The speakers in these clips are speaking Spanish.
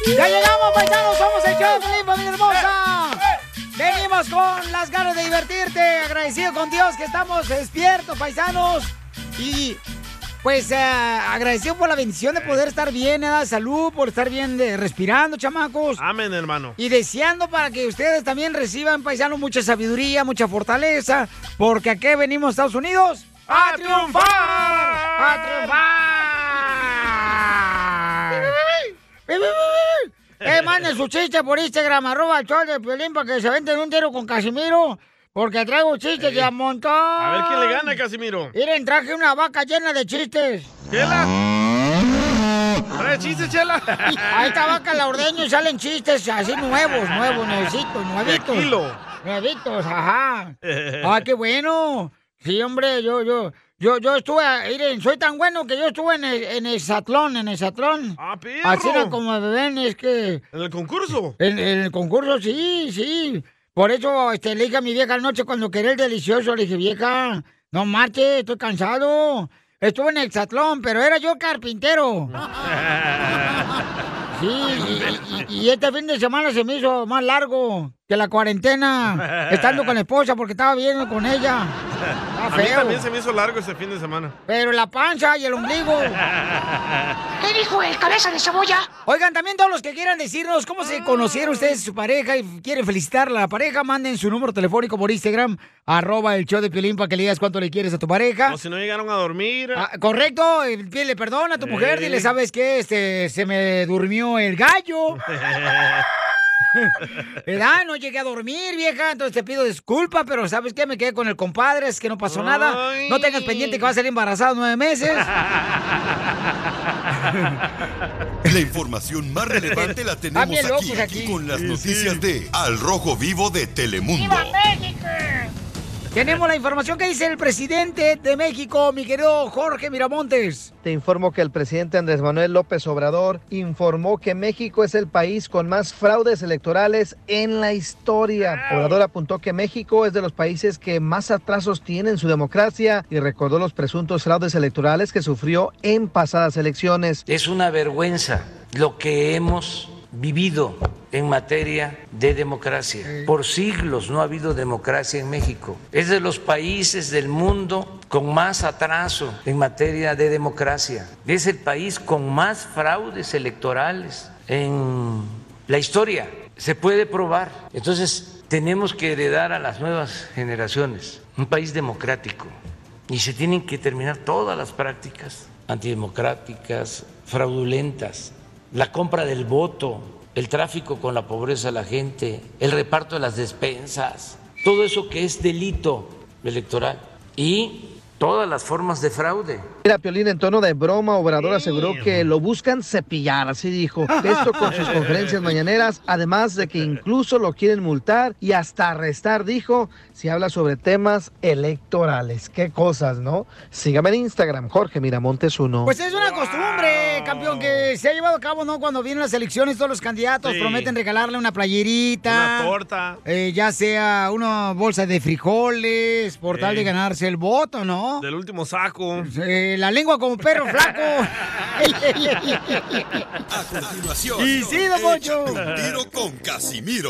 ¡Ya llegamos, paisanos! ¡Somos el show de Piolín, familia hermosa! Venimos con las ganas de divertirte, agradecido con Dios que estamos despiertos, paisanos. Y pues agradecido por la bendición de poder estar bien, de salud, por estar bien respirando, chamacos. Amén, hermano. Y deseando para que ustedes también reciban, paisanos, mucha sabiduría, mucha fortaleza, porque aquí venimos, Estados Unidos, ¡a triunfar! ¡A triunfar! Manden su chiste por Instagram, @el_show_de_Piolín, para que se aventen un tiro con Casimiro. Porque traigo chistes de a montón. A ver quién le gana, Casimiro. Miren, traje una vaca llena de chistes. ¿Chela? ¿Trae chistes, Chela? A esta vaca la ordeño y salen chistes así nuevos, nuevecitos, nuevitos. De kilo. Nuevitos, ajá. Ah, qué bueno. Sí, hombre, yo estuve, miren, soy tan bueno que yo estuve en el Satlón. ¡Ah, perro! Así era como me ven, es que... ¿En el concurso? En el concurso, sí. Por eso le dije a mi vieja anoche cuando quería el delicioso, le dije, vieja, no marche, estoy cansado. Estuve en el Satlón, pero era yo carpintero. Sí, y este fin de semana se me hizo más largo que la cuarentena, estando con la esposa porque estaba viendo con ella. A mí también se me hizo largo este fin de semana. Pero la panza y el ombligo. ¿Qué dijo el cabeza de cebolla? Oigan, también todos los que quieran decirnos cómo se conocieron ustedes y su pareja y quieren felicitarla a la pareja, manden su número telefónico por Instagram, @el_show_de_Piolín, para que le digas cuánto le quieres a tu pareja. O si no llegaron a dormir. Correcto, pídele perdón a tu mujer, dile, ¿sabes qué? Se me durmió el gallo. ¿Verdad? No llegué a dormir, vieja, entonces te pido disculpa, pero ¿sabes qué? Me quedé con el compadre, es que no pasó nada. No tengas pendiente que va a salir embarazado 9 meses. La información más relevante la tenemos aquí con las noticias de Al Rojo Vivo de Telemundo. ¡Viva México! Tenemos la información que dice el presidente de México, mi querido Jorge Miramontes. Te informo que el presidente Andrés Manuel López Obrador informó que México es el país con más fraudes electorales en la historia. Obrador apuntó que México es de los países que más atrasos tiene en su democracia y recordó los presuntos fraudes electorales que sufrió en pasadas elecciones. Es una vergüenza lo que hemos vivido en materia de democracia. Por siglos no ha habido democracia en México. Es de los países del mundo con más atraso en materia de democracia. Es el país con más fraudes electorales en la historia. Se puede probar. Entonces, tenemos que heredar a las nuevas generaciones un país democrático y se tienen que terminar todas las prácticas antidemocráticas, fraudulentas, la compra del voto, el tráfico con la pobreza de la gente, el reparto de las despensas, todo eso que es delito electoral y todas las formas de fraude. Mira, Piolín, en tono de broma, Obrador aseguró que lo buscan cepillar, así dijo. Esto con sus conferencias mañaneras, además de que incluso lo quieren multar y hasta arrestar, dijo, si habla sobre temas electorales. Qué cosas, ¿no? Sígame en Instagram, Jorge Miramontes 1. Pues es una costumbre, campeón, que se ha llevado a cabo, ¿no? Cuando vienen las elecciones, todos los candidatos prometen regalarle una playerita. Una torta. Ya sea una bolsa de frijoles, por tal de ganarse el voto, ¿no? Del último saco. La lengua como perro flaco. A continuación, Y sí, don Poncho. Échate un tiro con Casimiro.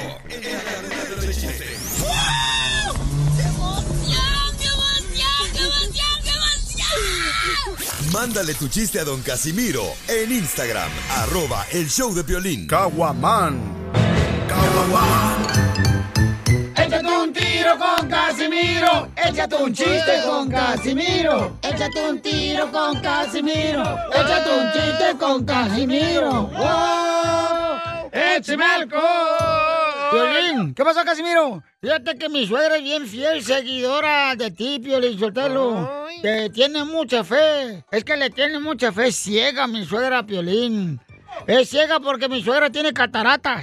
Mándale tu chiste a don Casimiro en Instagram, @el_show_de_Piolín. Caguaman. Échate un tiro con Casimiro. Échate un chiste con Casimiro. Échate un tiro con Casimiro. Échate un chiste con Casimiro. ¡Wow! ¡Échame alcohol! Piolín, ¿qué pasó, Casimiro? Fíjate que mi suegra es bien fiel seguidora de ti, Piolín Sotelo. Que tiene mucha fe. Es que le tiene mucha fe ciega a mi suegra, Piolín. Es ciega porque mi suegra tiene cataratas.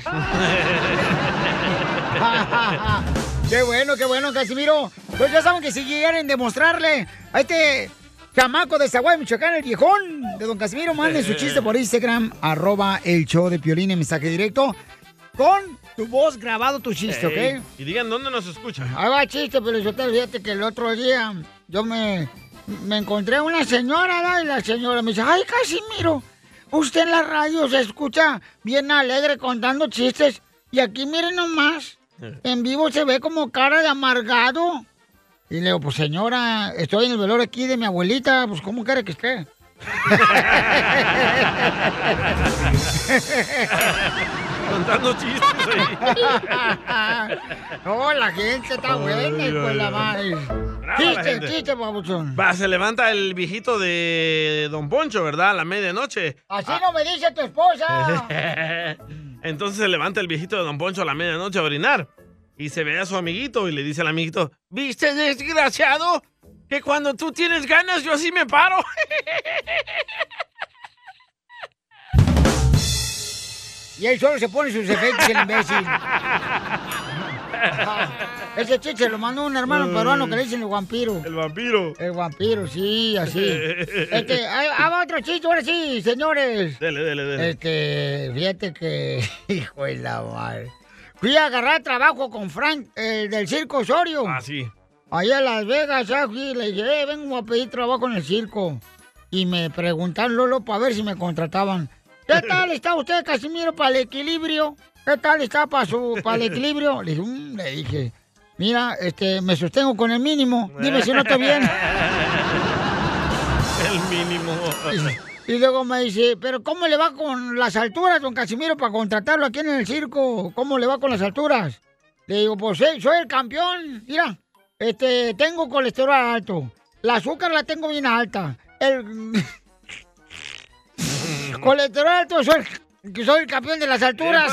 Qué bueno, Casimiro. Pues ya saben que si quieren demostrarle a este chamaco de Zaguay, Michoacán, el viejón de don Casimiro, manden su chiste por Instagram, @el_show_de_Piolín en mensaje directo, con tu voz grabado tu chiste, ¿ok? Y digan dónde nos escuchan. Ahí va chiste, pero yo te fíjate que el otro día yo me encontré una señora, ¿no? Y la señora me dice, ay, Casimiro, usted en la radio se escucha bien alegre contando chistes. Y aquí miren nomás, en vivo se ve como cara de amargado. Y le digo, pues señora, estoy en el velorio aquí de mi abuelita, pues ¿cómo quiere que esté? Contando chistes ahí. No, la gente está buena, hijo de la madre. Chiste, babuchón. Va, se levanta el viejito de Don Poncho, ¿verdad? A la medianoche. Así no me dice tu esposa. Entonces se levanta el viejito de Don Poncho a la medianoche a orinar. Y se ve a su amiguito y le dice al amiguito, ¿viste, desgraciado? Que cuando tú tienes ganas, yo así me paro. Y él solo se pone sus efectos, el imbécil. Ese chiste lo mandó un hermano peruano que le dicen el vampiro. El vampiro. El vampiro, sí, así. Va otro chiste, ahora sí, señores. Dele. Fíjate que... Hijo de la madre. Fui a agarrar trabajo con Frank, del Circo Osorio. Ah, sí. Allá en Las Vegas, le dije, vengo a pedir trabajo en el circo. Y me preguntaron, Lolo, para ver si me contrataban. ¿Qué tal está usted, Casimiro, para el equilibrio? ¿Qué tal está para el equilibrio? Le dije, mira, me sostengo con el mínimo. Dime si no estoy bien. El mínimo. Y luego me dice, ¿pero cómo le va con las alturas, don Casimiro, para contratarlo aquí en el circo? ¿Cómo le va con las alturas? Le digo, pues soy el campeón. Mira, tengo colesterol alto. La azúcar la tengo bien alta. El colesterol alto, soy el campeón de las alturas.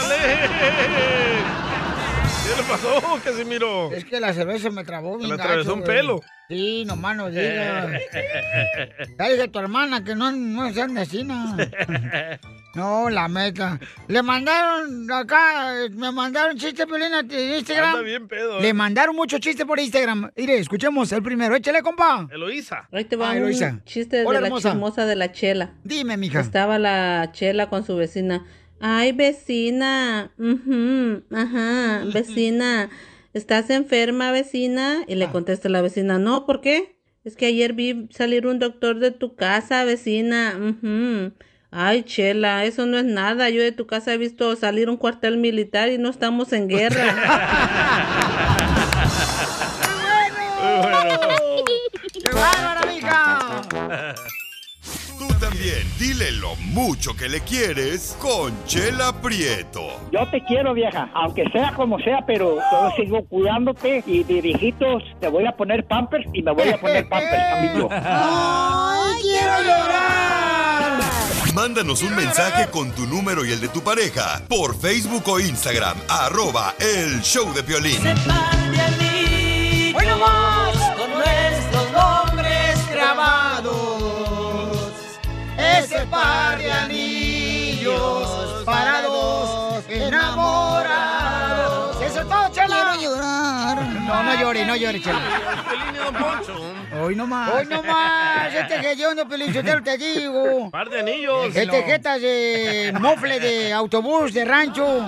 ¿Qué le pasó, Casimiro? Es que la cerveza me trabó bien. Le atravesó un pelo. Sí, nomás no digas. Ya dije a tu hermana que no sean de así, no. No, la meta. Le mandaron acá, me mandaron chistes, Piolín, en Instagram. Anda bien pedo. Le mandaron muchos chistes por Instagram. Mire, escuchemos el primero. Échale, compa. Eloísa. Ahí te va Eloísa. un chiste Hola, de hermosa. la chismosa de la Chela. Dime, mija. Estaba la Chela con su vecina. Ay, vecina. Ajá, vecina. ¿Estás enferma, vecina? Y le contesta la vecina, no, ¿por qué? Es que ayer vi salir un doctor de tu casa, vecina. Ay, Chela, eso no es nada. Yo de tu casa he visto salir un cuartel militar y no estamos en guerra. ¡Qué bárbara, mija! Tú también, dile lo mucho que le quieres con Chela Prieto. Yo te quiero, vieja, aunque sea como sea, pero yo sigo cuidándote y de viejitos te voy a poner Pampers y me voy a poner Pampers también yo. ¡Ay, quiero llorar! Mándanos un mensaje con tu número y el de tu pareja por Facebook o Instagram, @El Show de Piolín. ¡Hoy nomás! Con nuestros nombres grabados. Ese par de anillos para dos enamorados. ¡Eso es todo, Chela! ¡Quiero llorar! No llore, Chela. Hoy nomás. Este gellón de Pelichotero, te digo. Par de anillos. Jetas de mofle de autobús, de rancho.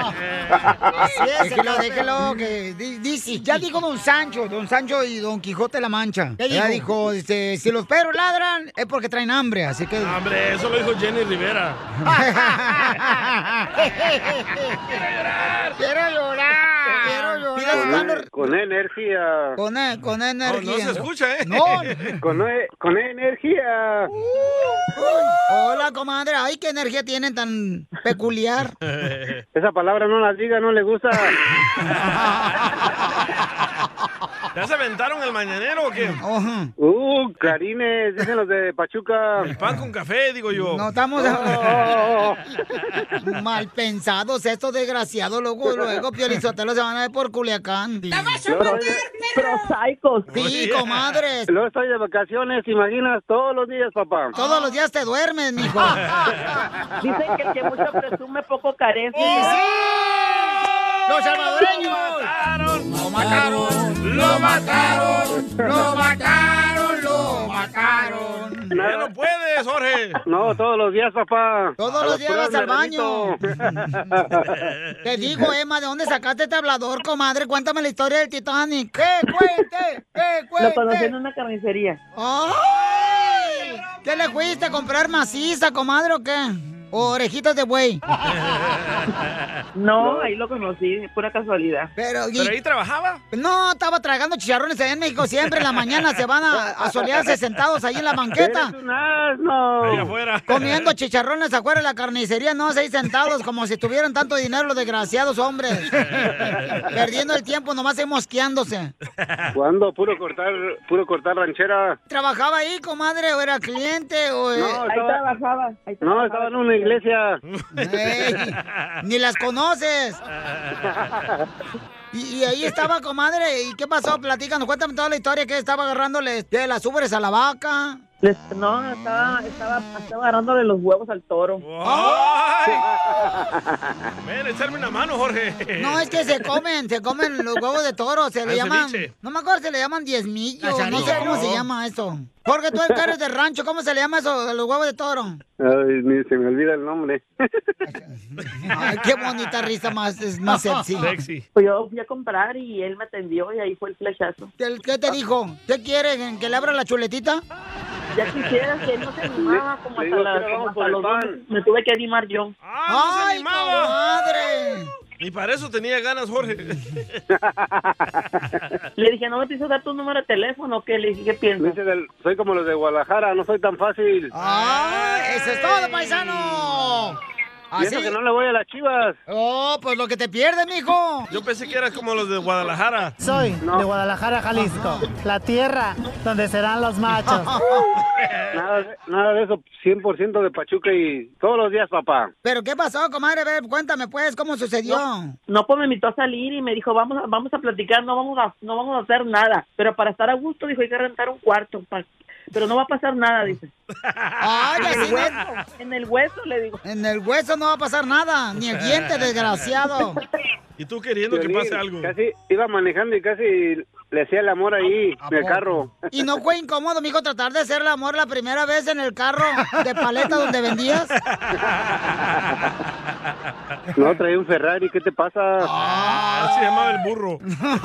Déjelo, que dice. Ya dijo don Sancho y don Quijote de la Mancha. Ya dijo, si los perros ladran es porque traen hambre, así que... Hombre, eso lo dijo Jenny Rivera. Quiero llorar. Con energía. Con energía. No se escucha, ¿eh? No. Con energía. Hola, comadre. Ay, qué energía tienen tan peculiar. Esa palabra no la diga, no le gusta. ¿Ya se aventaron el mañanero o qué? Clarines, dicen los de Pachuca. El pan con café, digo yo. No estamos mal pensados estos desgraciados. Luego Piolizotelo se van a ver por Culiacán. ¡Te vas a meter, prosaicos! Sí, comadres. Luego estoy de vacaciones, ¿te imaginas? Todos los días, papá. Todos los días te duermes, mijo. Dicen que el que mucho presume, poco carece. ¡Sí! ¡Los salvadoreños! ¡Lo mataron! ¡Ya no puedes, Jorge! No, todos los días, papá. Todos los días vas al baño. Te digo, Emma, ¿de dónde sacaste este hablador, comadre? Cuéntame la historia del Titanic. ¡Que cuente! Lo conocí en una carnicería. ¡Ay! ¿Qué le fuiste a comprar, maciza, comadre, o qué? ¿O orejitas de buey? No, ahí lo conocí, pura casualidad. ¿Pero ahí trabajaba? No, estaba tragando chicharrones allá en México. Siempre en la mañana se van a solearse sentados ahí en la banqueta. ¡Eres un asno! Ahí afuera. Comiendo chicharrones afuera de la carnicería, no, ahí sentados como si tuvieran tanto dinero los desgraciados hombres. Perdiendo el tiempo, nomás ahí mosqueándose. ¿Cuándo? Puro cortar ranchera. ¿Trabajaba ahí, comadre, o era cliente, o...? No, Ahí trabajaba. No, estaba en una iglesia. Ey, ni las conoces. Y ahí estaba, comadre. ¿Y qué pasó? Platícanos, cuéntame toda la historia. Que estaba agarrándole de las ubres a la vaca. No, estaba agarrándole los huevos al toro. ¡Ay! Ven, echarme una mano, Jorge. No, es que se comen los huevos de toro. Se le llaman... ceviche. No me acuerdo, se le llaman diezmillos. No sé cómo se llama eso. Jorge, tú eres de rancho. ¿Cómo se le llama eso a los huevos de toro? Ay, ni se me olvida el nombre. Ay, qué bonita risa más sexy. Pues yo fui a comprar y él me atendió y ahí fue el flechazo. ¿Qué te dijo? ¿Qué quiere? ¿Que le abra la chuletita? Ya quisiera que él no se animaba como hasta los dos. Me tuve que animar yo. ¡Ay, comadre! Y para eso tenía ganas, Jorge. Le dije, ¿no me te hizo dar tu número de teléfono? ¿Qué? Le dije, ¿qué piensas? Soy como los de Guadalajara, no soy tan fácil. ¡Ay, eso es todo, paisano! Y eso que no le voy a las Chivas. Oh, pues lo que te pierdes, mijo. Yo pensé que eras como los de Guadalajara. Soy de Guadalajara, Jalisco. La tierra donde serán los machos. Nada de eso, 100% de Pachuca y todos los días, papá. ¿Pero qué pasó, comadre? A ver, cuéntame, pues, ¿cómo sucedió? No, pues me invitó a salir y me dijo, vamos a platicar, no vamos a hacer nada. Pero para estar a gusto, dijo, hay que rentar un cuarto. Pero no va a pasar nada, dice. Ay, en el hueso, le digo. En el hueso no va a pasar nada, ni el diente, desgraciado. Y tú queriendo que pase algo. Casi iba manejando y casi le hacía el amor ahí en el carro. ¿Y no fue incómodo, mijo, tratar de hacer el amor la primera vez en el carro de paleta donde vendías? No, traía un Ferrari, ¿qué te pasa? Se llamaba el burro.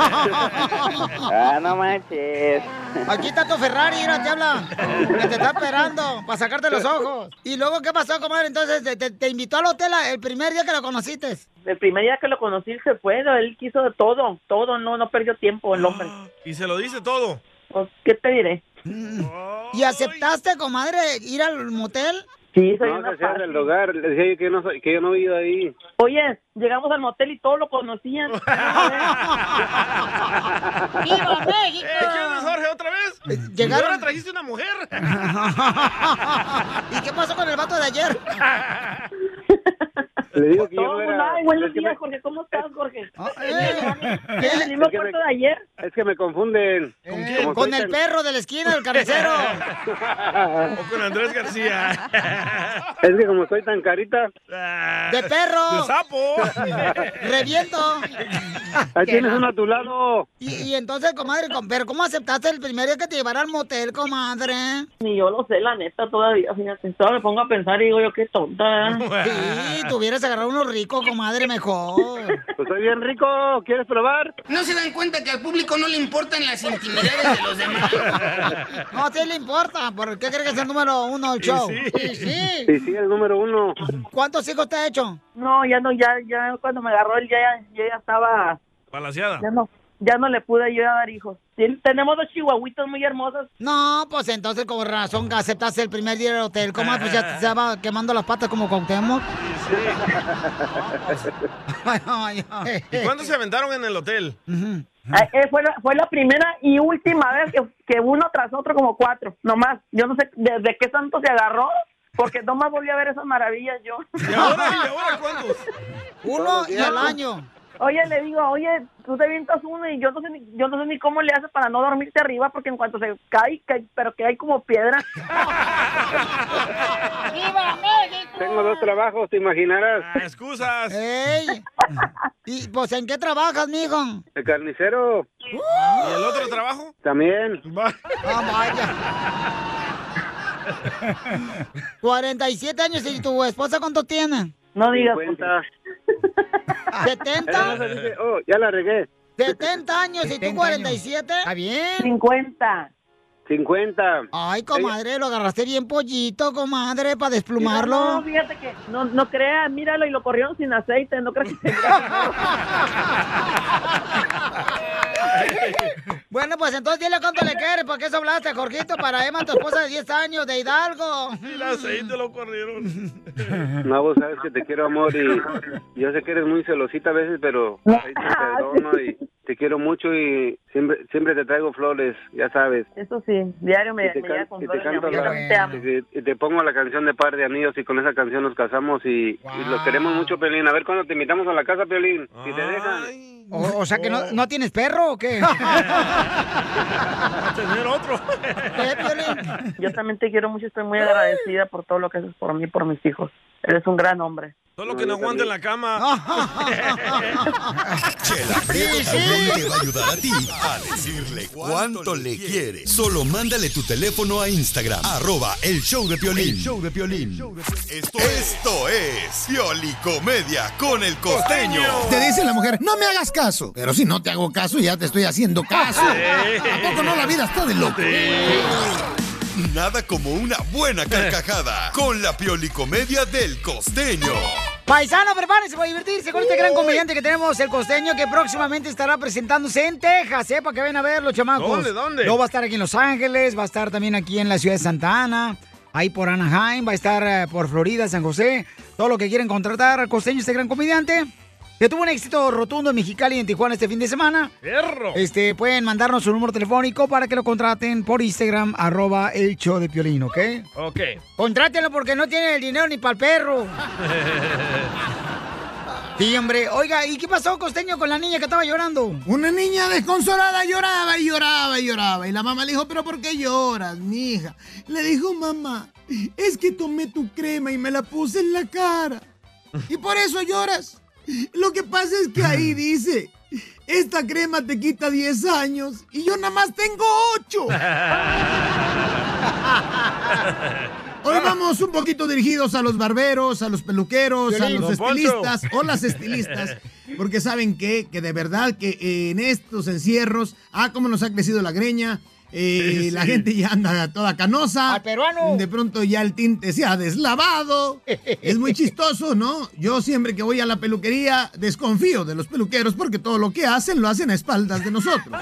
No manches. Aquí está tu Ferrari, mira, te habla. Que te está esperando para sacarte los ojos. ¿Y luego qué pasó, comadre? Entonces, te invitó al hotel el primer día que lo conociste. El primer día que lo conocí se fue, él quiso de todo, no perdió tiempo el hombre. Y se lo dice todo. Pues, ¿qué te diré? ¿Y aceptaste, comadre, ir al motel? Sí, soy no, una se hacía del hogar, le decía yo que yo no he ido ahí. Oye, llegamos al motel y todos lo conocían. ¡Viva México! ¿Qué onda, Jorge, otra vez? Llegaron... ¿Y ahora trajiste una mujer? ¿Y qué pasó con el vato de ayer? Le digo que yo no era... Ay, buenos días, Jorge, ¿cómo estás, Jorge? ¿Es el mismo cuarto de ayer? Es que me confunden. ¿Con quién? Con el perro de la esquina, el carnicero. O con Andrés García. Es que como soy tan carita... ¡De perro! ¡De sapo! ¡Reviento! Ahí tienes uno a tu lado. Y entonces, comadre, pero ¿cómo aceptaste el primer día que te llevara al motel, comadre? Ni yo lo sé, la neta, todavía, fíjate. Todavía me pongo a pensar y digo yo, qué tonta. Sí, tuvieras agarrado uno rico, comadre, mejor. Pues soy bien rico, ¿quieres probar? ¿No se dan cuenta que al público no le importan las intimidades de los demás? No, sí le importa. ¿Por qué crees que es el número uno del show? Sí, el número uno. ¿Cuántos hijos te ha hecho? No, ya cuando me agarró él ya estaba... Palaciada. Ya no le pude yo a dar hijos. Tenemos dos chihuahuitos muy hermosos. No, pues entonces con razón que aceptaste el primer día del hotel. ¿Cómo? Pues ya te estaba quemando las patas como Cuauhtémoc. ¿Y cuándo se aventaron en el hotel? Fue la primera y última vez que uno tras otro como 4, nomás. Yo no sé desde qué santo se agarró, porque nomás volví a ver esas maravillas yo. ¿Y ahora cuántos? Uno y al año. Oye, le digo, tú te avientas uno y yo no sé ni cómo le haces para no dormirte arriba, porque en cuanto se cae, pero que hay como piedra. ¡Viva México! Tengo 2 trabajos, te imaginarás. ¡Excusas! ¡Ey! ¿Y pues en qué trabajas, mijo? El carnicero. ¿Y el otro trabajo? También. Vaya. 47 años, ¿y tu esposa cuánto tiene? No digas. 50. ¿70? Oh, ya la regué. 70 años y tú 47. Está bien. 50. 50. Ay, comadre, lo agarraste bien pollito, comadre, para desplumarlo. No, fíjate que no creas, míralo, y lo corrieron sin aceite, no creas que se... Bueno, pues entonces dile cuánto le quieres, ¿por qué eso hablaste, Jorgito? Para Emma, tu esposa de 10 años, de Hidalgo. Y el aceite lo corrieron. No, vos sabes que te quiero, amor, y yo sé que eres muy celosita a veces, pero ahí te perdono y te quiero mucho y siempre te traigo flores, ya sabes. Eso sí, diario me llega con flores, mi amor, yo también te amo. Y te pongo la canción de Par de Anillos y con esa canción nos casamos y lo queremos mucho, Piolín. A ver cuándo te invitamos a la casa, Piolín, si te dejan. O sea que no tienes perro o qué? A tener otro. Yo también te quiero mucho, estoy muy agradecida por todo lo que haces por mí y por mis hijos. Eres un gran hombre. Solo que no aguante en la cama. Chela Prieto también te va a ayudar a ti a decirle cuánto le quieres. Solo mándale tu teléfono a Instagram, @elshowdepiolín. El show de Piolín. Esto es Piolicomedia con el Costeño. Te dice la mujer, no me hagas caso. Pero si no te hago caso, ya te estoy haciendo caso. ¿A poco no la vida está de loco? Nada como una buena carcajada con la Piolicomedia del Costeño. Paisano, prepárense para divertirse con este gran comediante que tenemos, el Costeño, que próximamente estará presentándose en Texas, para que vayan a ver los chamacos. ¿Dónde? Luego va a estar aquí en Los Ángeles, va a estar también aquí en la ciudad de Santa Ana, ahí por Anaheim, va a estar por Florida, San José. Todo lo que quieren contratar al Costeño, este gran comediante, que tuvo un éxito rotundo en Mexicali y en Tijuana este fin de semana. ¡Perro! Pueden mandarnos su número telefónico para que lo contraten por Instagram, @elshowdepiolín, ¿ok? Ok. Contrátenlo porque no tienen el dinero ni para el perro. Sí, hombre. Oiga, ¿y qué pasó, Costeño, con la niña que estaba llorando? Una niña desconsolada lloraba y lloraba y lloraba. Y la mamá le dijo, ¿pero por qué lloras, mija? Le dijo, mamá, es que tomé tu crema y me la puse en la cara. Y por eso lloras. Lo que pasa es que ahí dice, esta crema te quita 10 años y yo nada más tengo 8. Hoy vamos un poquito dirigidos a los barberos, a los peluqueros, a los estilistas o las estilistas. Porque saben que de verdad que en estos encierros, cómo nos ha crecido la greña. Sí. La gente ya anda toda canosa. ¡Al peruano! De pronto ya el tinte se ha deslavado. Es muy chistoso, ¿no? Yo siempre que voy a la peluquería desconfío de los peluqueros porque todo lo que hacen lo hacen a espaldas de nosotros.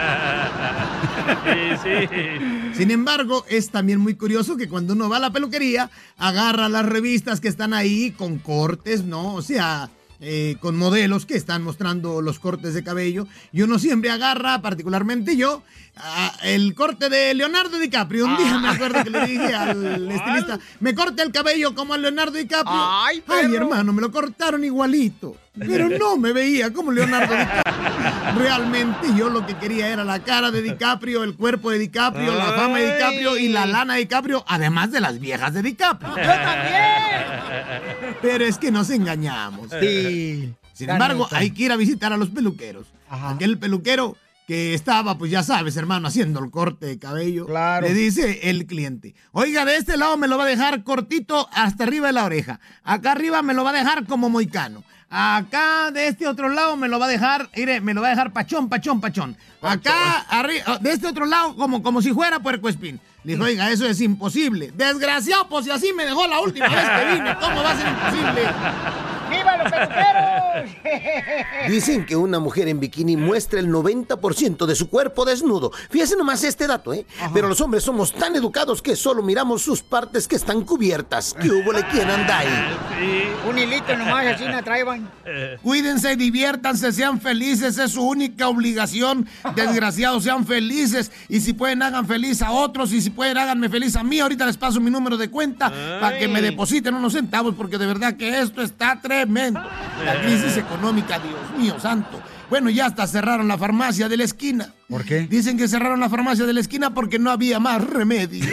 Sí. Sin embargo, es también muy curioso que cuando uno va a la peluquería, agarra las revistas que están ahí con cortes, ¿no? O sea, con modelos que están mostrando los cortes de cabello. Y uno siempre agarra, particularmente yo, el corte de Leonardo DiCaprio. Un día me acuerdo que le dije al estilista, me corte el cabello como a Leonardo DiCaprio. Ay, hermano, me lo cortaron igualito. Pero no me veía como Leonardo DiCaprio. Realmente yo lo que quería era la cara de DiCaprio, el cuerpo de DiCaprio, la fama de DiCaprio y la lana de DiCaprio, además de las viejas de DiCaprio. ¡Yo también! Pero es que nos engañamos. Sí. Sin embargo, hay que ir a visitar a los peluqueros. Aquel peluquero que estaba, pues ya sabes, hermano, haciendo el corte de cabello. Claro. Le dice el cliente, oiga, de este lado me lo va a dejar cortito hasta arriba de la oreja. Acá arriba me lo va a dejar como moicano. Acá de este otro lado me lo va a dejar, mire, me lo va a dejar pachón. Acá arriba, de este otro lado como si fuera puercoespín. Le dijo, oiga, eso es imposible. Desgraciado, pues si así me dejó la última vez que vine, ¿cómo va a ser imposible? ¡Viva los peluqueros! Dicen que una mujer en bikini muestra el 90% de su cuerpo desnudo. Fíjese nomás este dato, ¿eh? Ajá. Pero los hombres somos tan educados que solo miramos sus partes que están cubiertas. ¿Qué hubo le quién anda ahí? Sí. Un hilito nomás, así la traían. Cuídense, diviértanse, sean felices, es su única obligación. Desgraciados, sean felices. Y si pueden, hagan feliz a otros. Y si pueden, háganme feliz a mí. Ahorita les paso mi número de cuenta para que me depositen unos centavos, porque de verdad que esto está tremendo. La crisis económica, Dios mío santo. Bueno, ya hasta cerraron la farmacia de la esquina. ¿Por qué? Dicen que cerraron la farmacia de la esquina porque no había más remedio.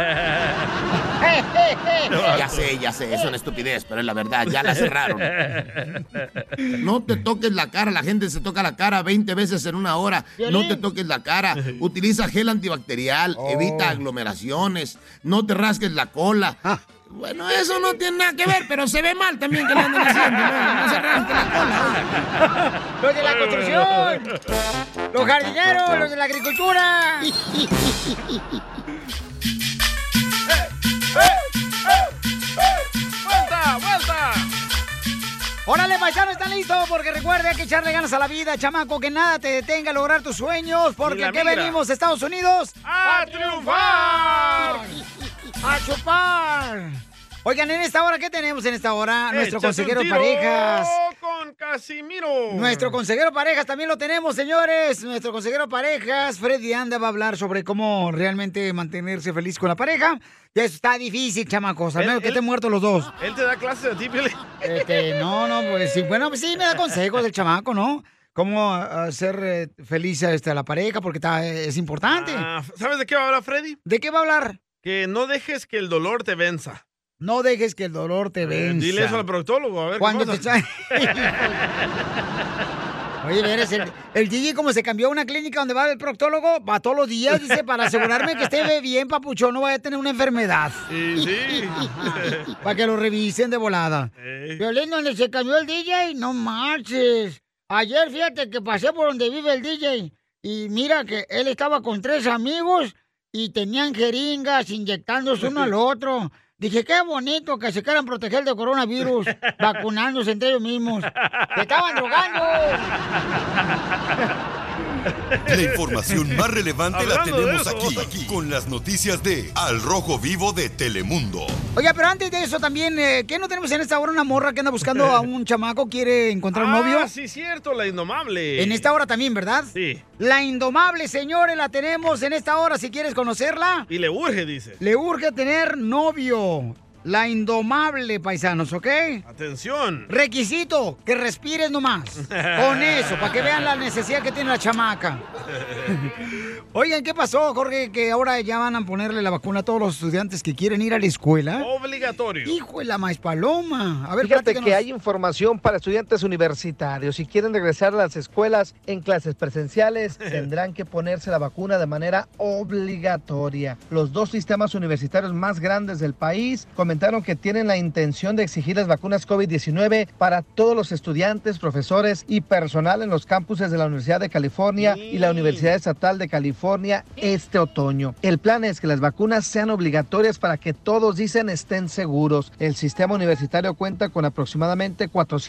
Ya sé, es una estupidez, pero es la verdad, ya la cerraron. No te toques la cara, la gente se toca la cara 20 veces en una hora. No te toques la cara, utiliza gel antibacterial, evita aglomeraciones, no te rasques la cola. Bueno, eso no tiene nada que ver, pero se ve mal también que lo anden haciendo. No se arranque la cola. Los de la construcción, los jardineros, los de la agricultura. ¡Vuelta, vuelta! ¡Órale, paisanos, están listos! Porque recuerda, hay que echarle ganas a la vida, chamaco, que nada te detenga a lograr tus sueños, porque aquí venimos, Estados Unidos, ¡a triunfar! ¡A chupar! Oigan, en esta hora, ¿qué tenemos en esta hora? Nuestro Échate consejero un de tiro parejas. con Casimiro. Nuestro consejero parejas también lo tenemos, señores. Nuestro consejero parejas, Freddy Anda, va a hablar sobre cómo realmente mantenerse feliz con la pareja. Y eso está difícil, chamacos, al menos que estén muertos los dos. ¿Él te da clases a ti, Piolín? No, pues sí, bueno, pues sí, me da consejos del chamaco, ¿no? Cómo hacer feliz a la pareja, porque es importante. ¿Sabes de qué va a hablar Freddy? ¿De qué va a hablar? Que no dejes que el dolor te venza. No dejes que el dolor te venza. Dile eso al proctólogo, a ver Cuando qué pasa. Oye, verás, el DJ como se cambió a una clínica donde va el proctólogo, va todos los días, dice, para asegurarme que esté bien, papuchón, no vaya a tener una enfermedad. Sí. Para que lo revisen de volada. Violín, donde se cambió el DJ, no marches. Ayer, fíjate que pasé por donde vive el DJ y mira que él estaba con 3 amigos y tenían jeringas inyectándose uno al otro. Dije, qué bonito que se quieran proteger del coronavirus, vacunándose entre ellos mismos. ¡Se estaban drogando! La información más relevante la tenemos aquí, con las noticias de Al Rojo Vivo de Telemundo. Oiga, pero antes de eso también, ¿qué no tenemos en esta hora? Una morra que anda buscando a un chamaco, quiere encontrar un novio. Ah, sí, cierto, la Indomable. En esta hora también, ¿verdad? Sí. La Indomable, señores, la tenemos en esta hora, si quieres conocerla. Y le urge, dice. Le urge tener novio. La Indomable, paisanos, ¿ok? Atención. Requisito, que respires nomás. Con eso, para que vean la necesidad que tiene la chamaca. Oigan, ¿qué pasó, Jorge? Que ahora ya van a ponerle la vacuna a todos los estudiantes que quieren ir a la escuela. Obligatorio. Hijo de la maíz paloma. A ver, fíjate platícanos. que hay información para estudiantes universitarios. Si quieren regresar a las escuelas en clases presenciales, tendrán que ponerse la vacuna de manera obligatoria. Los 2 sistemas universitarios más grandes del país comentaron que tienen la intención de exigir las vacunas COVID-19 para todos los estudiantes, profesores y personal en los campuses de la Universidad de California y la Universidad Estatal de California este otoño. El plan es que las vacunas sean obligatorias para que todos, dicen, estén seguros. El sistema universitario cuenta con aproximadamente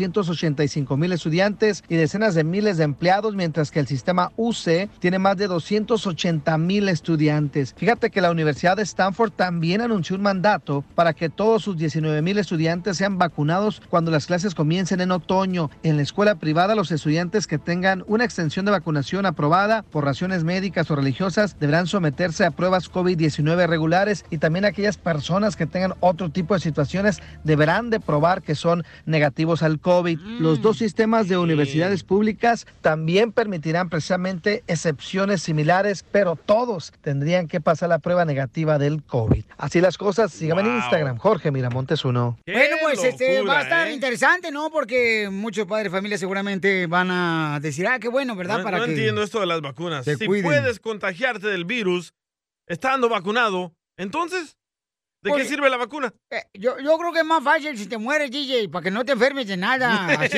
485,000 estudiantes y decenas de miles de empleados, mientras que el sistema UC tiene más de 280,000 estudiantes. Fíjate que la Universidad de Stanford también anunció un mandato para que todos sus 19,000 estudiantes sean vacunados cuando las clases comiencen en otoño. En la escuela privada, los estudiantes que tengan una extensión de vacunación aprobada por razones médicas o religiosas deberán someterse a pruebas COVID-19 regulares, y también aquellas personas que tengan otro tipo de situaciones deberán de probar que son negativos al COVID. Los 2 sistemas de universidades públicas también permitirán precisamente excepciones similares, pero todos tendrían que pasar la prueba negativa del COVID. Así las cosas, síganme en Instagram, Jorge Miramontes 1. Bueno, pues va a estar interesante, ¿no? Porque muchos padres de familia seguramente van a decir, qué bueno, ¿verdad? No entiendo esto de las vacunas. Si puedes contagiarte del virus estando vacunado, entonces, ¿de qué sirve la vacuna? Yo creo que es más fácil si te mueres, DJ, para que no te enfermes de nada. Así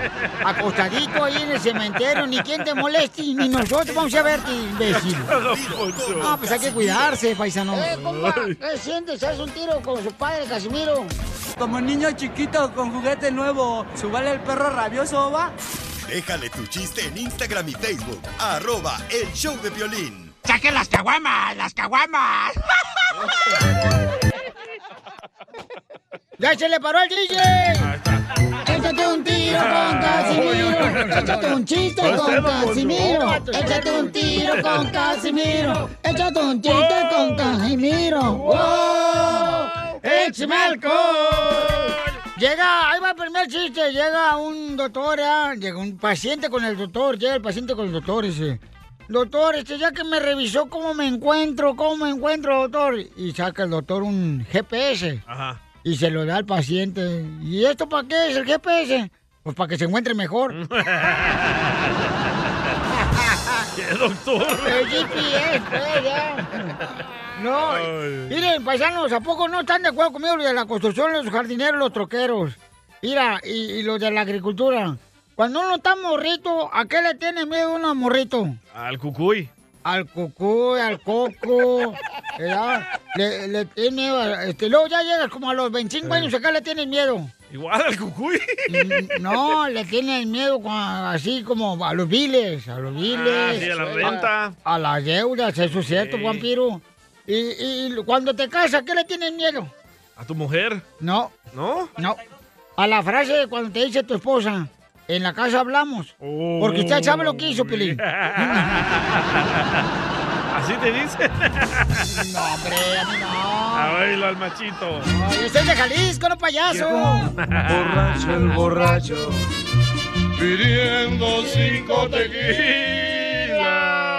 acostadito ahí en el cementerio, ni quien te moleste, ni nosotros vamos a verte, imbécil. No, pues hay que cuidarse, paisano. Compa, ¿qué sientes? ¿Haz un tiro con su padre, Casimiro? Como niño chiquito con juguete nuevo, ¿subale el perro rabioso, va? Déjale tu chiste en Instagram y Facebook, @El Show de Piolín. ¡Saquen las caguamas, las caguamas! ¡Ya se le paró al DJ! Échate un tiro con Casimiro. Échate un chiste con Casimiro. Échate un tiro con Casimiro. Échate un chiste con Casimiro. ¡Wow! ¡Échame alcohol! Ahí va el primer chiste. Llega un doctor, llega un paciente con el doctor. Llega el paciente con el doctor y dice: doctor, ya que me revisó, ¿cómo me encuentro, doctor? Y saca el doctor un GPS. Ajá. Y se lo da al paciente. ¿Y esto para qué es el GPS? Pues para que se encuentre mejor. ¿Qué doctor? El GPS, pues, ya. No, miren, paisanos, ¿a poco no están de acuerdo conmigo los de la construcción, los jardineros, los troqueros? Mira, y los de la agricultura. Cuando uno está morrito, ¿a qué le tiene miedo uno morrito? Al cucuy. Al cucuy, al coco, ¿verdad? Le tiene miedo, luego ya llegas como a los 25 años, acá le tienes miedo. Igual al cucuy. No, le tienen miedo así como a los biles, sí, a la renta. A las deudas, eso es cierto, vampiro. Y cuando te casas, ¿qué le tienes miedo? ¿A tu mujer? No. ¿No? No. A la frase de cuando te dice tu esposa, en la casa hablamos. Porque usted sabe lo que hizo, Pelín. ¿Así te dice? No, hombre, a mí no. A oírlo al machito. Ay, yo soy de Jalisco, no payaso. Borracho el borracho, pidiendo 5 tequilas.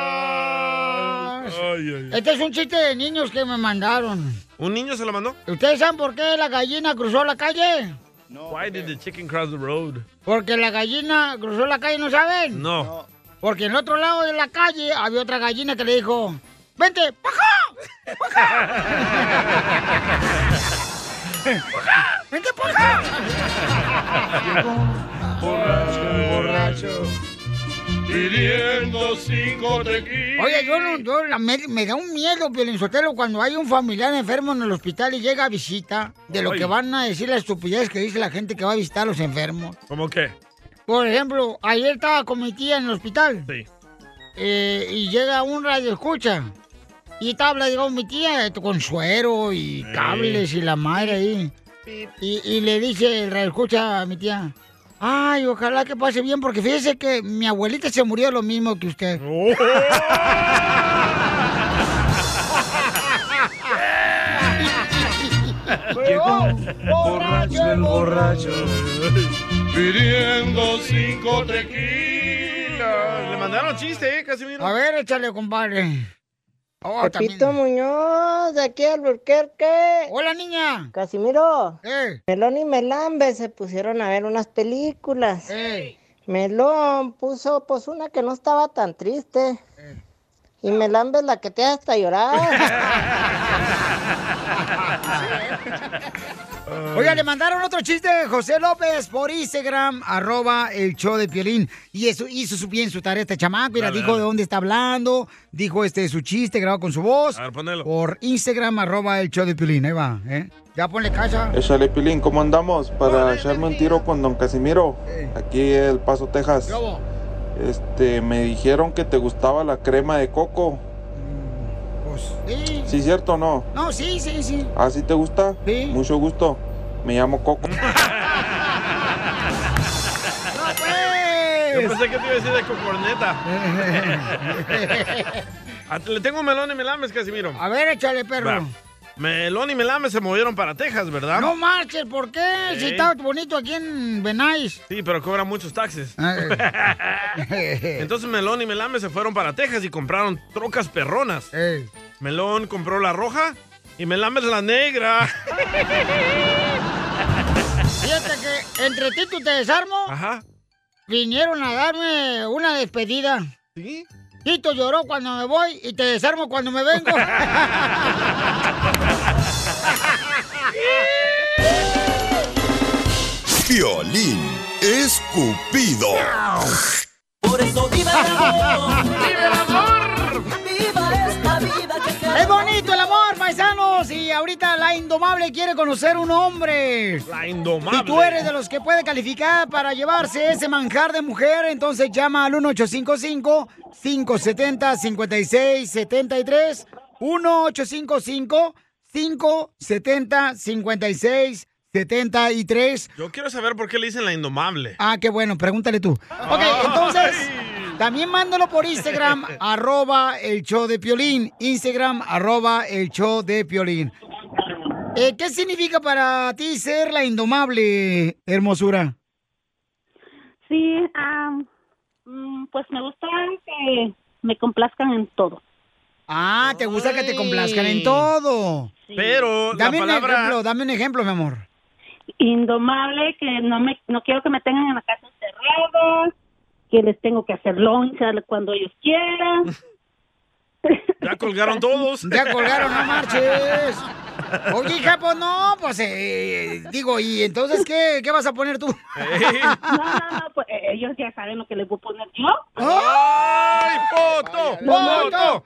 Este es un chiste de niños que me mandaron. ¿Un niño se lo mandó? ¿Ustedes saben por qué la gallina cruzó la calle? Why did the chicken cross the road? Porque la gallina cruzó la calle, ¿no saben? No. Porque en el otro lado de la calle había otra gallina que le dijo, ¡vente, paja! ¡Vente, paja! Borracho el borracho, pidiendo 5 tequilas. Oye, me da un miedo, Piolinsotelo, cuando hay un familiar enfermo en el hospital y llega a visita, de lo que van a decir la estupidez que dice la gente que va a visitar a los enfermos. ¿Cómo qué? Por ejemplo, ayer estaba con mi tía en el hospital. Sí. Y llega un radioescucha. Y estaba hablando con mi tía con suero y cables y la madre ahí. Y le dice el radioescucha a mi tía, ay, ojalá que pase bien, porque fíjese que mi abuelita se murió lo mismo que usted. Borracho el borracho, pidiendo 5 tequilas. Le mandaron chiste, Casimiro. A ver, échale, compadre. Pepito Muñoz, de aquí al Albuquerque. Hola, niña. Casimiro. Melón y Melambe se pusieron a ver unas películas. Melón puso pues una que no estaba tan triste. Y Melambe es la que te hace hasta llorar. Oiga, le mandaron otro chiste de José López por Instagram, @el show de Piolín. Y eso hizo bien su tarea este chamaco. Y dijo de dónde está hablando. Dijo su chiste grabado con su voz. A ver, ponelo. Por Instagram, @el show de Piolín. Ahí va, Ya ponle casa. Échale, Pilín, ¿cómo andamos? Para echarme un tiro con don Casimiro, aquí en El Paso, Texas. Me dijeron que te gustaba la crema de coco. Pues sí. ¿Sí, cierto o no? No, sí. ¿Ah, sí te gusta? Sí. Mucho gusto. Me llamo Coco. Pues. Yo pensé que te iba a decir de cocorneta. Le tengo melón y melames, Casimiro. A ver, échale, perro. Va. Melón y Melame se movieron para Texas, ¿verdad? No marches, ¿por qué? Si está bonito aquí en Benais. Sí, pero cobran muchos taxes. Entonces Melón y Melame se fueron para Texas y compraron trocas perronas. Melón compró la roja y Melame la negra. Fíjate que entre Tito y Te Desarmo vinieron a darme una despedida. ¿Sí? Tito lloró cuando me voy y Te Desarmo cuando me vengo. Piolín Escupido. Por eso viva el amor. ¡Viva el amor! Viva esta vida que se ¡Es bonito el amor, paisanos! Y ahorita la Indomable quiere conocer un hombre. La Indomable. Si tú eres de los que puede calificar para llevarse ese manjar de mujer, entonces llama al 1855-570-5673. 1855-570-5673. Yo quiero saber por qué le dicen la Indomable. Ah, qué bueno, pregúntale tú. Ok, entonces, también mándalo por Instagram, @el show de Piolín. Instagram, @el show de Piolín. ¿Qué significa para ti ser la Indomable, hermosura? Sí, pues me gusta que me complazcan en todo. Ah, ¿te gusta que te complazcan en todo? Sí. Pero dame un ejemplo, mi amor. Indomable, que no quiero que me tengan en la casa encerrada, que les tengo que hacer loncha cuando ellos quieran. Ya colgaron todos. Ya colgaron, no marches. Oye, hija, pues no, pues digo, ¿y entonces qué vas a poner tú? No, pues ellos ya saben lo que les voy a poner yo. ¡Ay, foto! ¡Foto!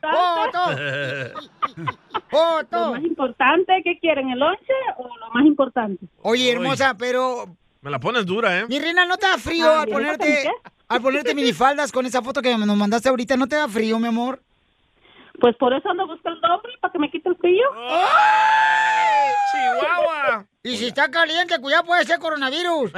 ¡Foto! Lo más importante, ¿qué quieren? ¿El lonche o lo más importante? Oye, hermosa, pero... Me la pones dura, ¿eh? Mi reina, ¿no te da frío al ponerte minifaldas con esa foto que nos mandaste ahorita? ¿No te da frío, mi amor? Pues por eso ando buscando hombre, para que me quite el frío. ¡Ay, Chihuahua! Y si está caliente, cuidado, puede ser coronavirus.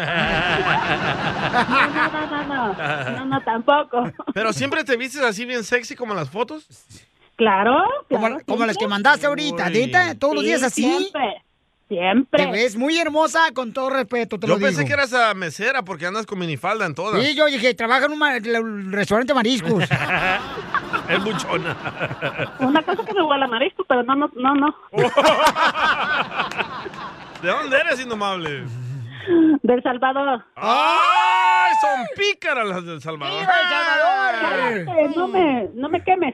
No, tampoco. ¿Pero siempre te vistes así bien sexy como en las fotos? Claro. Como las que mandaste ahorita, ¿neta? ¿Todos los días así? Siempre. Te ves muy hermosa, con todo respeto, te lo digo. Yo pensé que eras mesera porque andas con minifalda en todas. Sí, yo dije, trabaja en un restaurante mariscos. Es buchona. Una cosa que me huele a marisco, pero no. ¿De dónde eres, Indomable? Del Salvador. ¡Ay! Son pícaras las del Salvador. ¡Viva El Salvador! Cállate, no me quemes.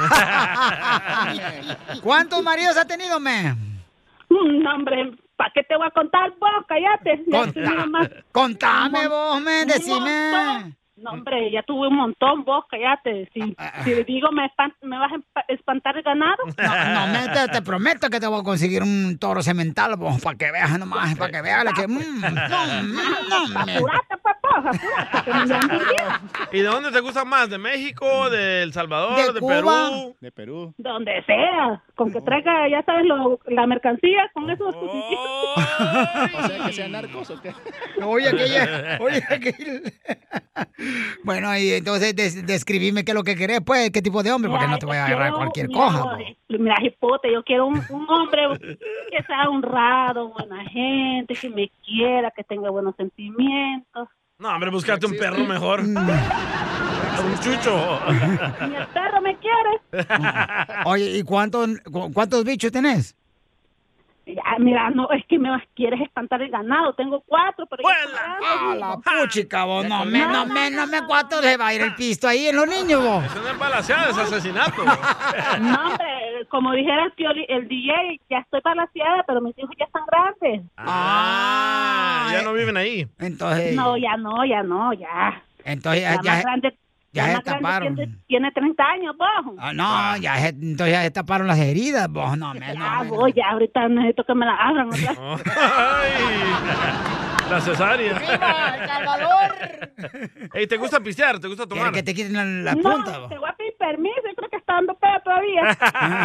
¿Cuántos maridos ha tenido, me? No, hombre, ¿para qué te voy a contar vos? Cállate. Contame vos, me, decime. No, hombre, ya tuve un montón, vos, cállate. Si digo, ¿me vas a espantar el ganado? No, te prometo que te voy a conseguir un toro semental, vos, para que veas nomás, para que veas que... Apurate, papá, apurate, que me llaman bien. ¿Y de dónde te gusta más? ¿De México, de El Salvador, de Perú? De Perú. Donde sea, con que traiga, ya sabes, la mercancía, con eso es suficiente. O sea, que sean narcos, ¿o qué? Oye, aquella... Bueno, y entonces describime qué es lo que querés, pues, qué tipo de hombre, porque no te voy a agarrar cualquier cosa. Mira, hipote, yo quiero un hombre que sea honrado, buena gente, que me quiera, que tenga buenos sentimientos. No, hombre, búscate un perro mejor. Un chucho. Ni el perro me quiere. Oye, ¿y cuántos bichos tenés? Ya, mira, no, es que me quieres espantar el ganado. Tengo 4, pero ¡a la puchica, vos! No me, ¿cuánto se va a ir el pisto ahí en los niños, vos? Eso no es balaseada, es asesinato. No, hombre, como dijera el DJ, ya estoy balaseada, pero mis hijos ya están grandes. Ya no viven ahí. Entonces... No, ya. Entonces ya más grande. Ya se taparon. Tiene 30 años, vos. No, entonces ya se taparon las heridas, vos. Ya, ahorita necesito que me la abran. La cesárea. ¡Viva El Salvador! Ey, ¿te gusta pistear? ¿Te gusta tomar? Que te quiten la punta. No, te voy a pedir permiso. Yo creo que está dando peda todavía.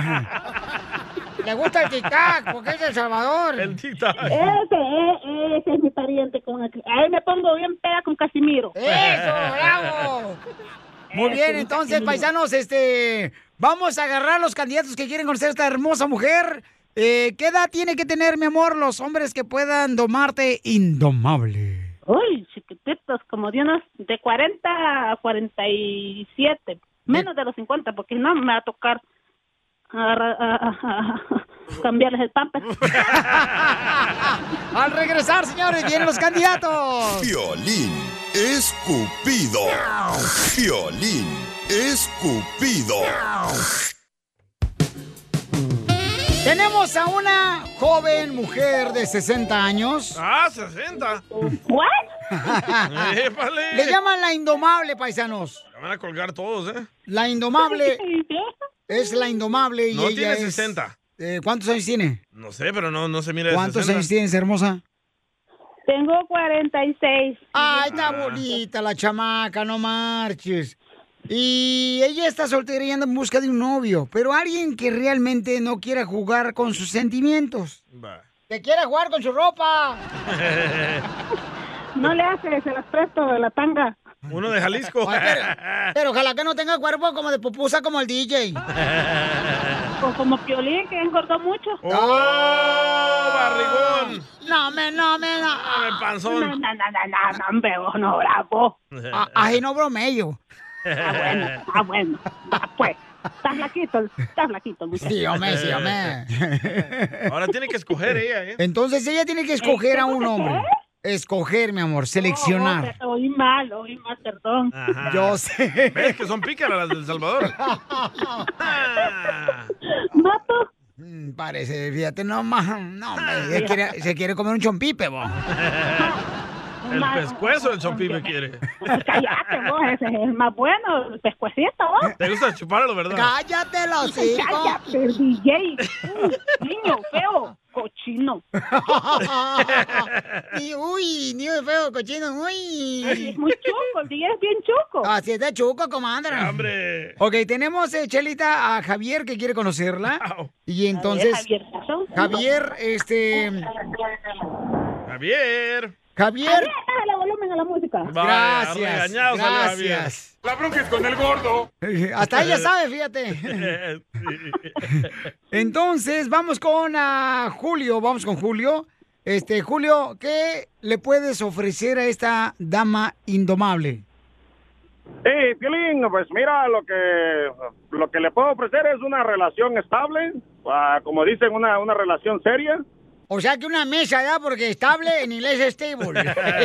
Le gusta el tic-tac, porque es de El Salvador. El tic-tac. Ese es mi pariente. Ahí me pongo bien peda con Casimiro. ¡Eso, bravo! Muy bien, entonces, paisanos, vamos a agarrar a los candidatos que quieren conocer a esta hermosa mujer. ¿Qué edad tiene que tener, mi amor, los hombres que puedan domarte indomable? Uy, chiquititos, como de 40 a 47. Menos de los 50, porque no me va a tocar cambiarles el pamper. Al regresar, señores, vienen los candidatos. Piolín escupido. Piolín escupido. Tenemos a una joven mujer de 60 años. ¡Ah, 60! ¿What? Le llaman la indomable, paisanos. La van a colgar todos, ¿eh? La indomable es la indomable y no ella tiene 60. ¿Cuántos años tiene? No sé, pero no se mira de 60. ¿Cuántos años tienes, hermosa? Tengo 46. Ay, está bonita la chamaca, no marches. Y ella está soltera y anda en busca de un novio, pero alguien que realmente no quiera jugar con sus sentimientos. Que quiera jugar con su ropa. No le hace, se las presto de la tanga. Uno de Jalisco. Pero ojalá que no tenga cuerpo como de pupusa como el DJ. O como Piolín, que engordó mucho. ¡Oh, barrigón! No, panzón. No, hombre, vos no, bravo. Ay, no bromello. Bueno. Pues, estás flaquito. Sí, hombre. Ahora tiene que escoger ella, ¿eh? Entonces ella tiene que escoger a un hombre. escoger, mi amor, seleccionar. Oí mal, perdón. Ajá. Yo sé. ¿Ves que son pícaras las del Salvador? ¿Mato? Parece, fíjate, no, hombre, se quiere comer un chompipe, vos. El pescuezo del chompipe quiere. Cállate, vos, ese es el más bueno, el pescuecito, vos. ¿Te gusta chuparlo, verdad? Cállate los hijos. Cállate, DJ. Niño feo, cochino. Uy, niño feo, cochino, uy. Es muy chuco, el DJ es bien chuco. Así es de chuco, comadre. ¡Hombre! Ok, tenemos, Chelita, a Javier que quiere conocerla. Y entonces, Javier, Javier. Dale volumen a la música. Gracias. Gracias. La bronca es con el gordo. Hasta ella sabe, fíjate. Entonces, vamos con Julio. Vamos con Julio. Julio, ¿qué le puedes ofrecer a esta dama indomable? Piolín, pues mira, lo que le puedo ofrecer es una relación estable, como dicen, una relación seria. O sea que una mesa, ¿ya? Porque estable en inglés es stable.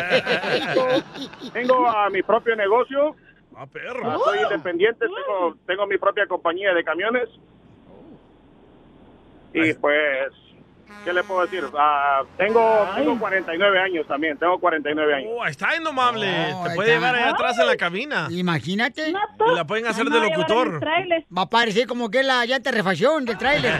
Tengo a mi propio negocio. Perro. Soy independiente, tengo mi propia compañía de camiones. Y pues, ¿qué le puedo decir? Tengo 49 años también, tengo 49 años. Está indomable. Te puede llevar allá atrás en la cabina. Imagínate. Y la pueden hacer de locutor. Va a parecer como que la llanta de refacción del tráiler.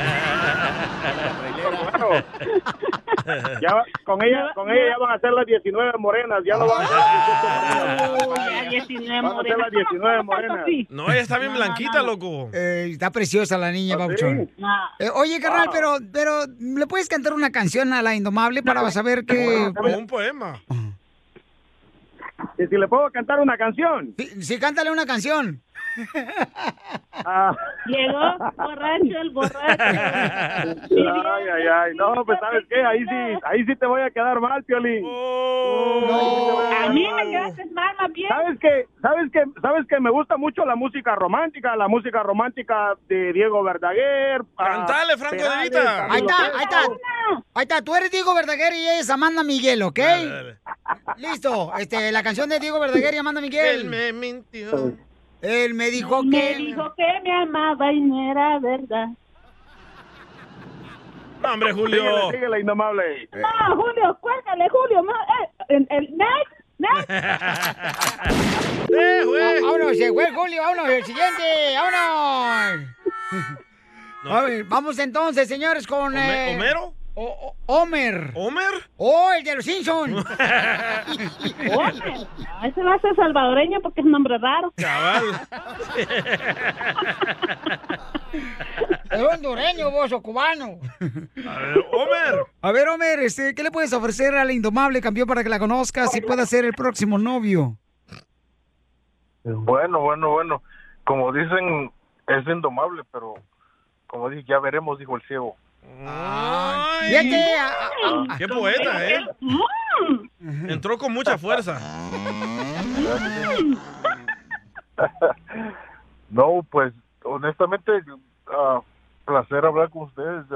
Con ella ya van a ser las 19 morenas, ya no van a 19 ser las 19 morenas. No, ella está bien blanquita, loco. Está preciosa la niña, Papuchón. Oye, carnal, pero ¿le puedes cantar una canción a la indomable para saber que... Como un poema. ¿Y si le puedo cantar una canción? Sí, cántale una canción. Llegó borracho el borracho. Ay. No, pues ¿sabes qué? Ahí sí te voy a quedar mal, Piolín. A mí me quedaste mal, más bien. ¿Sabes que me gusta mucho la música romántica de Diego Verdaguer? Cantale, Franco de Vita. Ahí está. Tú eres Diego Verdaguer y ella es Amanda Miguel, ¿ok? Dale. Listo. La canción de Diego Verdaguer y Amanda Miguel. Él me mintió. Él me dijo que me amaba y no era verdad. No, hombre, Julio. Síguele, indomable. No, Julio, cuélgale, Julio. Next. Vámonos, se fue Julio, vámonos, el siguiente, vámonos. A ver, vamos entonces, señores, con... ¿Homero? Homer. ¿Homer? Oh, el de los Simpsons. Homer. Ese va a ser salvadoreño porque es un nombre raro. Cabal. Es hondureño, vos, o cubano. A ver, Homer, ¿qué le puedes ofrecer a la indomable, campeón, para que la conozcas y pueda ser el próximo novio? Bueno. Como dicen, es indomable, pero como dije, ya veremos, dijo el ciego. ¡Qué poeta, eh! Entró con mucha fuerza. No, pues, honestamente, placer hablar con ustedes.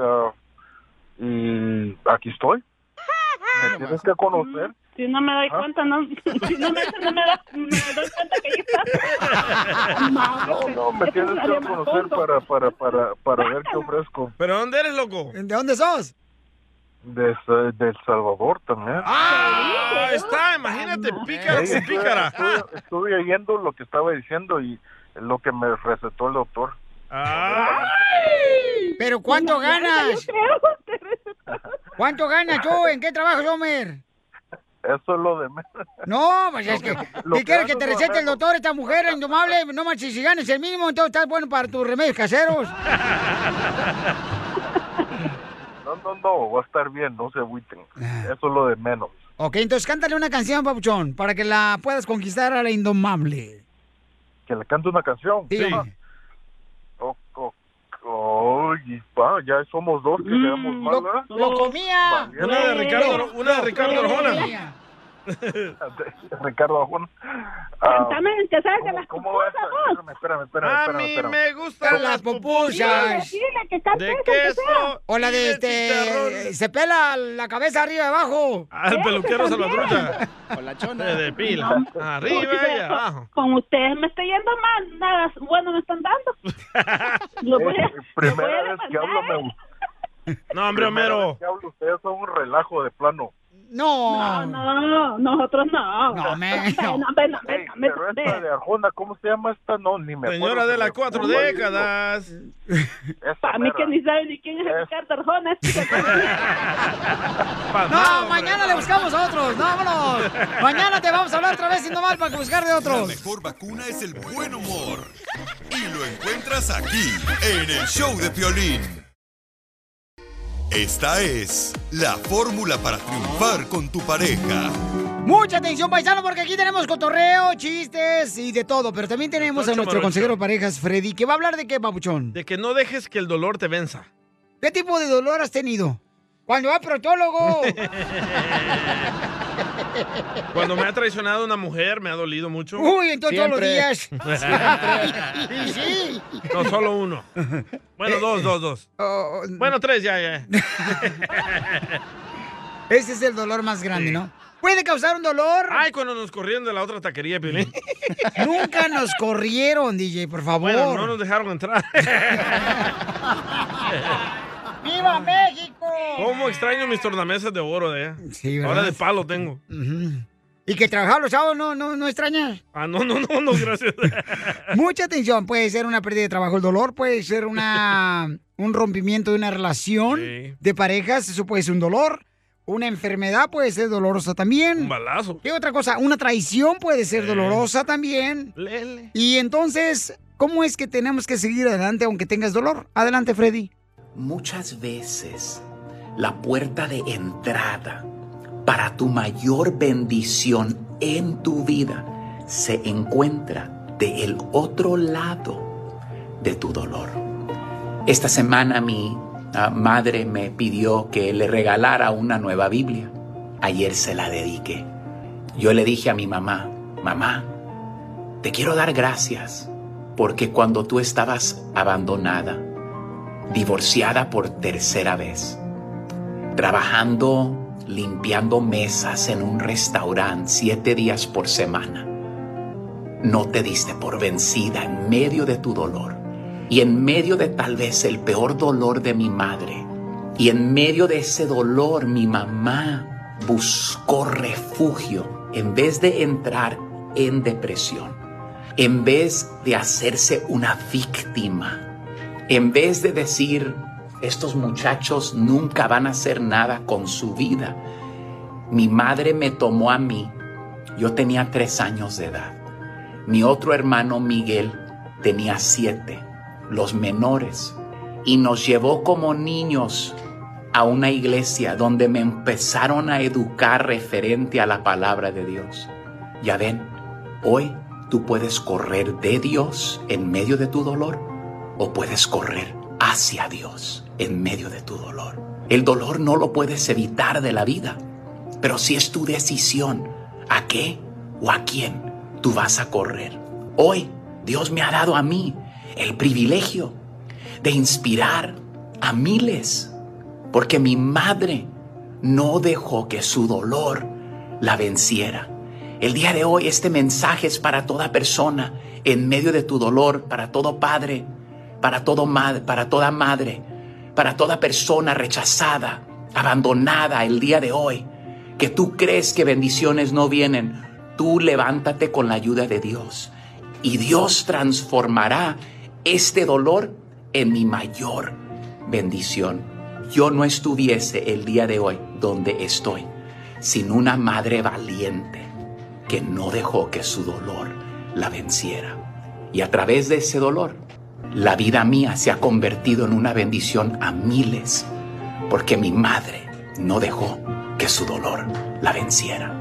Y aquí estoy. Me tienes que conocer. Si no me doy cuenta, no me doy cuenta que ya está. No, me tienes que conocer para ver qué ofrezco. ¿Pero dónde eres, loco? ¿De dónde sos? De El Salvador también. Está, imagínate, pícara con pícara. Estuve oyendo lo que estaba diciendo y lo que me recetó el doctor. ¿Pero cuánto ganas? ¿Cuánto ganas tú? ¿En qué trabajas, Homer? Eso es lo de menos. No, pues es que... ¿Qué quieres que te recete el doctor, esta mujer indomable? No manches, si ganes el mínimo, entonces estás bueno para tus remedios caseros. No, va a estar bien, no se agüiten. Eso es lo de menos. Ok, entonces cántale una canción, Papuchón, para que la puedas conquistar a la indomable. ¿Que le cante una canción? Sí. Ya somos dos que quedamos mal, ¿verdad? ¡Lo comía! Una de Ricardo Arjona. Ricardo Arjona. Cántame, que sabes de las ¿Cómo va pupusas, esta? vos. Espérame. A mí me gustan las pupusas. Dile que cante de eso, que sea. queso. O la de y chicharrón. se pela la cabeza arriba y abajo. Ah, el peluquero Salvatrucha. Con la chona. De pila. Arriba y abajo. Con ustedes me estoy yendo mal, nada bueno me están dando. Primera vez que hablo me gusta. No, hombre, Homero. Que hablo, ustedes son un relajo de plano. No. No, nosotros no. No, me. Pero esta de Arjona, ¿cómo se llama esta? No, ni me acuerdo. Señora de las 4 décadas. Para mí que ni sabe ni quién es Ricardo Arjona. No, mañana le buscamos a otros. No, vámonos. Mañana te vamos a hablar otra vez y no mal para buscar de La otros. mejor vacuna es el buen humor. Y lo encuentras aquí, en el show de Piolín. Esta es la fórmula para triunfar con tu pareja. Mucha atención, paisano, porque aquí tenemos cotorreo, chistes y de todo. Pero también tenemos a nuestro consejero de parejas, Freddy, que va a hablar de qué, papuchón. De que no dejes que el dolor te venza. ¿Qué tipo de dolor has tenido? Cuando va al proctólogo. Cuando me ha traicionado una mujer, me ha dolido mucho. Uy, entonces todos los días. Siempre. Sí. No, solo uno. Bueno, dos. Bueno, 3 ya. Ese es el dolor más grande, ¿no? ¿Puede causar un dolor? Ay, cuando nos corrieron de la otra taquería, Piolín. Nunca nos corrieron, DJ, por favor. Bueno, no nos dejaron entrar. ¡Viva México! ¿Cómo extraño mis tornamesas de oro de allá? Sí, ¿verdad? Ahora de palo tengo. ¿Y que trabajar los sábados no extrañas? Ah, no, gracias. Mucha atención, puede ser una pérdida de trabajo. El dolor puede ser un rompimiento de una relación de parejas, eso puede ser un dolor. Una enfermedad puede ser dolorosa también. Un balazo. ¿Qué otra cosa? Una traición puede ser dolorosa también. Lele. Y entonces, ¿cómo es que tenemos que seguir adelante aunque tengas dolor? Adelante, Freddy. Muchas veces la puerta de entrada para tu mayor bendición en tu vida se encuentra del otro lado de tu dolor. Esta semana mi madre me pidió que le regalara una nueva Biblia. Ayer se la dediqué. Yo le dije a mi mamá, mamá, te quiero dar gracias porque cuando tú estabas abandonada, divorciada por tercera vez, trabajando, limpiando mesas en un restaurante 7 días por semana, no te diste por vencida en medio de tu dolor y en medio de tal vez el peor dolor de mi madre. Y en medio de ese dolor mi mamá buscó refugio en vez de entrar en depresión, en vez de hacerse una víctima. En vez de decir, estos muchachos nunca van a hacer nada con su vida, mi madre me tomó a mí. Yo tenía 3 años de edad. Mi otro hermano Miguel tenía 7, los menores. Y nos llevó como niños a una iglesia donde me empezaron a educar referente a la palabra de Dios. Ya ven, hoy tú puedes correr de Dios en medio de tu dolor, o puedes correr hacia Dios en medio de tu dolor. El dolor no lo puedes evitar de la vida, pero sí es tu decisión a qué o a quién tú vas a correr. Hoy Dios me ha dado a mí el privilegio de inspirar a miles, porque mi madre no dejó que su dolor la venciera. El día de hoy este mensaje es para toda persona en medio de tu dolor, para todo padre, para toda madre, para toda persona rechazada, abandonada el día de hoy, que tú crees que bendiciones no vienen. Tú levántate con la ayuda de Dios y Dios transformará este dolor en mi mayor bendición. Yo no estuviese el día de hoy donde estoy sin una madre valiente que no dejó que su dolor la venciera. Y a través de ese dolor, la vida mía se ha convertido en una bendición a miles, porque mi madre no dejó que su dolor la venciera.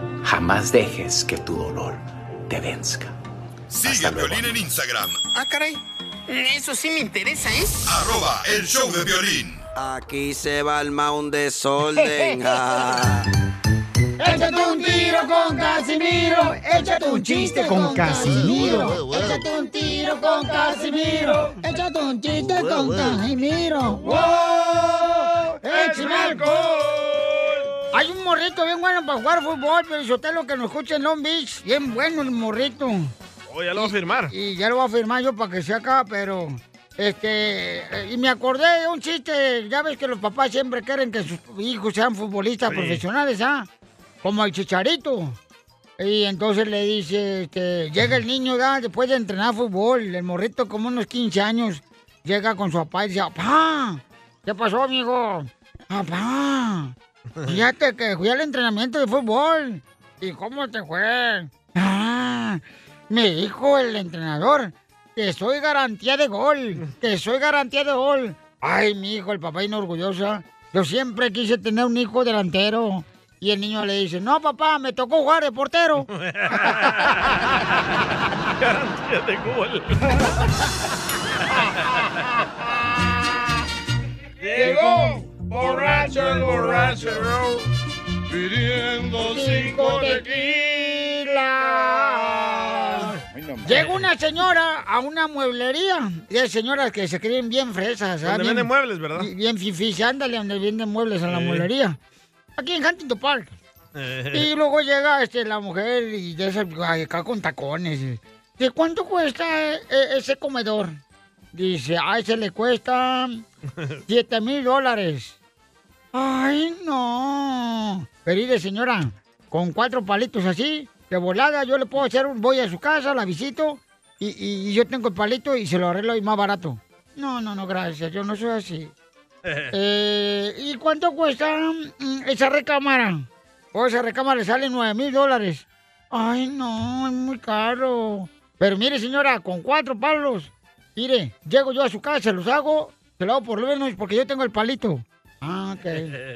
Jamás dejes que tu dolor te venzca. Sigue a Piolín en Instagram. Ah, caray. Eso sí me interesa, ¿eh? @el show de Piolín. Aquí se va el mound desorden. Échate un tiro tiro con Casimiro. Échate un chiste con Casimiro. Échate un tiro con Casimiro. Échate un chiste con Casimiro. ¡Wow! ¡Échame alcohol! Hay un morrito bien bueno para jugar fútbol, pero yo te lo que nos escucha en Long Beach. Bien bueno el morrito. Oh, ya lo va a firmar. Y ya lo va a firmar yo para que sea acá, pero... y me acordé de un chiste. Ya ves que los papás siempre quieren que sus hijos sean futbolistas profesionales, ¿ah? Como el Chicharito. Y entonces le dice, llega el niño ya después de entrenar fútbol, el morrito como unos 15 años, llega con su papá y dice, papá, ¿qué pasó, amigo? Papá, fíjate que fui al entrenamiento de fútbol. ¿Y cómo te fue? Me dijo el entrenador que soy garantía de gol, que soy garantía de gol. Ay, mi hijo, el papá inorgulloso. Yo siempre quise tener un hijo delantero. Y el niño le dice, no, papá, me tocó jugar de portero. Garantía de gol. Llegó borracho el borracho pidiendo 5 tequilas. Llega una señora a una mueblería. Y hay señoras que se creen bien fresas. Donde venden muebles, ¿verdad? Bien fifís, ándale, donde venden muebles en la mueblería. Aquí en Huntington Park. Y luego llega la mujer y de esa, acá con tacones. ¿De cuánto cuesta ese comedor? Dice, ese le cuesta $7,000. Ay, no. Pero mire, señora, con 4 palitos así, de volada, yo le puedo hacer voy a su casa, la visito, y yo tengo el palito y se lo arreglo y más barato. No, gracias, yo no soy así. ¿Y cuánto cuesta esa recámara? Esa recámara le sale $9,000. Ay, no, es muy caro. Pero mire, señora, con 4 palos, mire, llego yo a su casa, se los hago por lo menos porque yo tengo el palito. Ah, ok.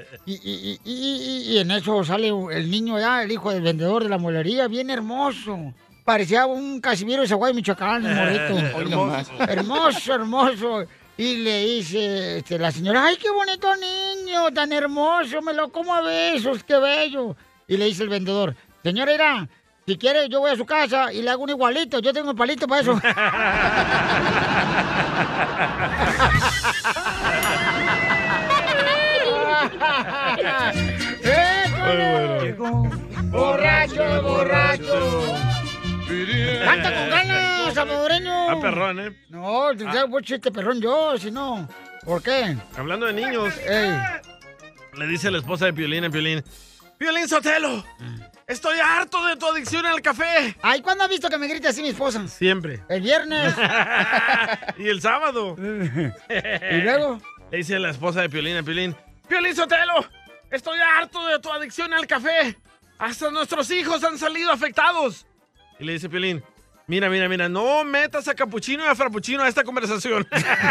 Y en eso sale el niño ya, el hijo del vendedor de la mueblería, bien hermoso. Parecía un Casimiro de Zaguay, Michoacán, el morrito. Hermoso. Y le dice la señora, ¡ay, qué bonito niño, tan hermoso! Me lo como a besos, qué bello. Y le dice el vendedor, señora, mira, si quiere yo voy a su casa y le hago un igualito, yo tengo el palito para eso. Borracho. ¡Canta con ganas, salvadoreño! Está perrón, ¿eh? No, ya voy a chiste perrón yo, si no. ¿Por qué? Hablando de niños, le dice la esposa de Piolín a Piolín, ¡Piolín Sotelo! ¡Estoy harto de tu adicción al café! Ay, ¿cuándo has visto que me grite así mi esposa? Siempre. El viernes. Y el sábado. ¿Y luego? Le dice la esposa de Piolín a Piolín, ¡Piolín Sotelo! ¡Estoy harto de tu adicción al café! ¡Hasta nuestros hijos han salido afectados! Y le dice Piolín, mira, no metas a capuchino y a frappuccino a esta conversación.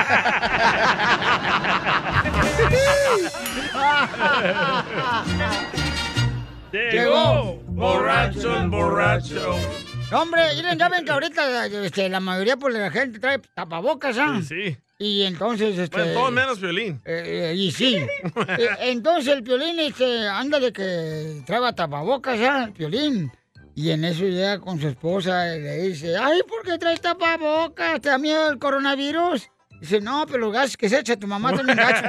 Llegó borracho. No, hombre, miren, ya ven que ahorita la mayoría de la gente trae tapabocas, ¿ah? Sí. Y entonces, Bueno, todo menos Piolín. Y sí. Entonces el Piolín anda de que trae tapabocas, ¿ah? El Piolín. Y en eso llega con su esposa y le dice, ay, ¿por qué traes tapabocas? ¿Te da miedo el coronavirus? Dice, no, pero los gases que se echa tu mamá también gacho.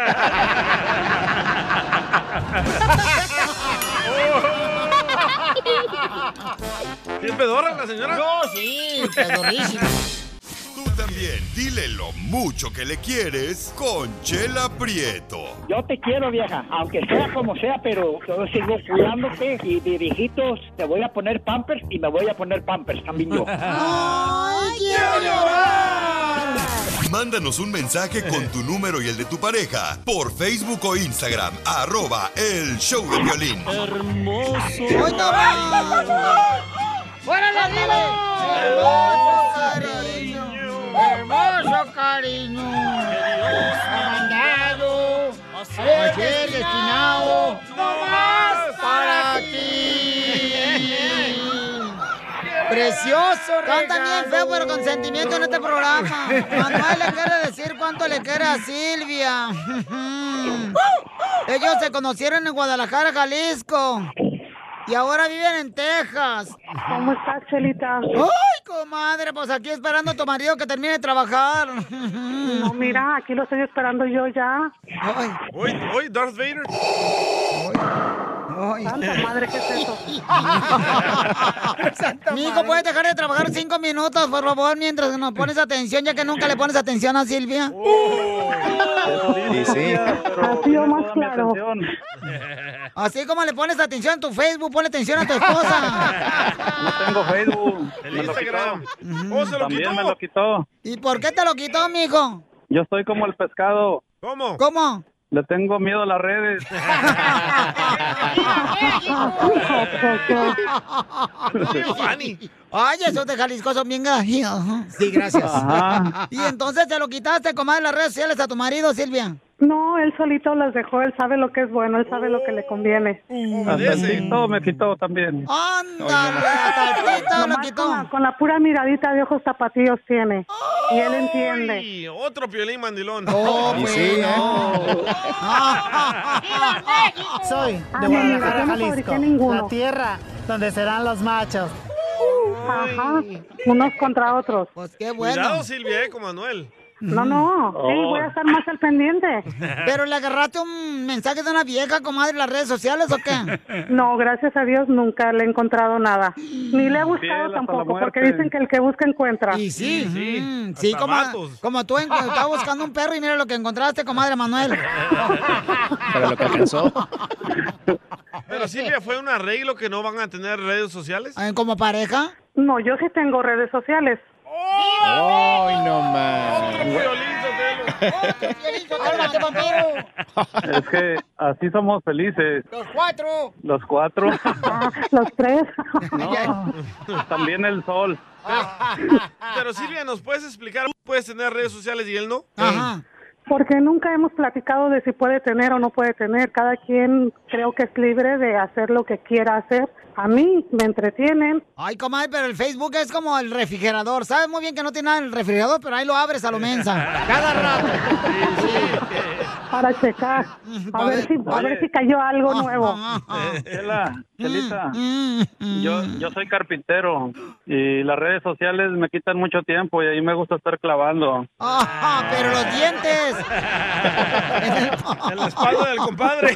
¿Es pedorra la señora? No, sí, pedorrísima. Tú también, dile lo mucho que le quieres con Chela Prieto. Yo te quiero, vieja, aunque sea como sea, pero yo sigo cuidándote y de viejitos te voy a poner pampers y me voy a poner pampers también yo. ¡Ay, quiero llorar! Mándanos un mensaje con tu número y el de tu pareja por Facebook o Instagram, @El Show de Piolín. ¡Hermoso! ¡Hoy no va! ¡Fuera la hermoso cariño! Ha mandado a ser destinado nomás para ti. Precioso, Canta bien feo, pero con sentimiento en este programa. Manuel le quiere decir cuánto le quiere a Silvia. Ellos se conocieron en Guadalajara, Jalisco. Y ahora viven en Texas. ¿Cómo estás, Chelita? ¡Ay, comadre! Pues aquí esperando a tu marido que termine de trabajar. No, mira, aquí lo estoy esperando yo ya. Hoy, Darth Vader. Santa madre, ¿qué es eso? Mijo, ¿puedes dejar de trabajar 5 minutos, por favor, mientras nos pones atención, ya que nunca le pones atención a Silvia? Sí. Ha sido más claro. Así como le pones atención a tu Facebook, ponle atención a tu esposa. No tengo Facebook. El Me lo Instagram. quitó. Se lo También quitó. me lo quitó. ¿Y por qué te lo quitó, mijo? Yo estoy como el pescado. ¿Cómo? ¿Cómo? Le tengo miedo a las redes. Ay, esos de Jalisco son bien graciosos. Sí, gracias. Ajá. Y entonces te lo quitaste, comadre, las redes sociales a tu marido, Silvia. No, él solito las dejó, él sabe lo que es bueno, él sabe lo que le conviene. Hasta el TikTok me quitó también. Ándale, hasta el TikTok lo quitó. Con la pura miradita de ojos tapatíos tiene. Y él entiende. Y otro Piolín mandilón. Soy de Guadalajara, Jalisco, la tierra donde serán los machos. Ajá, unos contra otros. Pues qué bueno. Cuidado, Silvia, con Manuel. No, sí, voy a estar más al pendiente. ¿Pero le agarraste un mensaje de una vieja, comadre, en las redes sociales o qué? No, gracias a Dios nunca le he encontrado nada. Ni le he buscado tampoco, porque dicen que el que busca encuentra. Y sí, como tú estabas buscando un perro y mira lo que encontraste, comadre Manuel. Pero lo que alcanzó. Pero Silvia, ¿fue un arreglo que no van a tener redes sociales? ¿Como pareja? No, yo sí tengo redes sociales. ¡Ay, no más! ¡Cálmate, vampiro! Es que así somos felices. ¡Los 4! Los 4. Los 3. No, también el sol. Pero Silvia, ¿nos puedes explicar? ¿Puedes tener redes sociales y él no? Ajá. Porque nunca hemos platicado de si puede tener o no puede tener. Cada quien creo que es libre de hacer lo que quiera hacer. A mí me entretienen. Ay, comadre, pero el Facebook es como el refrigerador. Sabes muy bien que no tiene nada en el refrigerador, pero ahí lo abres a lo mensa. Cada rato. Para checar. A ver si cayó algo nuevo. Chelita, yo soy carpintero y las redes sociales me quitan mucho tiempo y ahí me gusta estar clavando. Pero los dientes. En la espalda del compadre.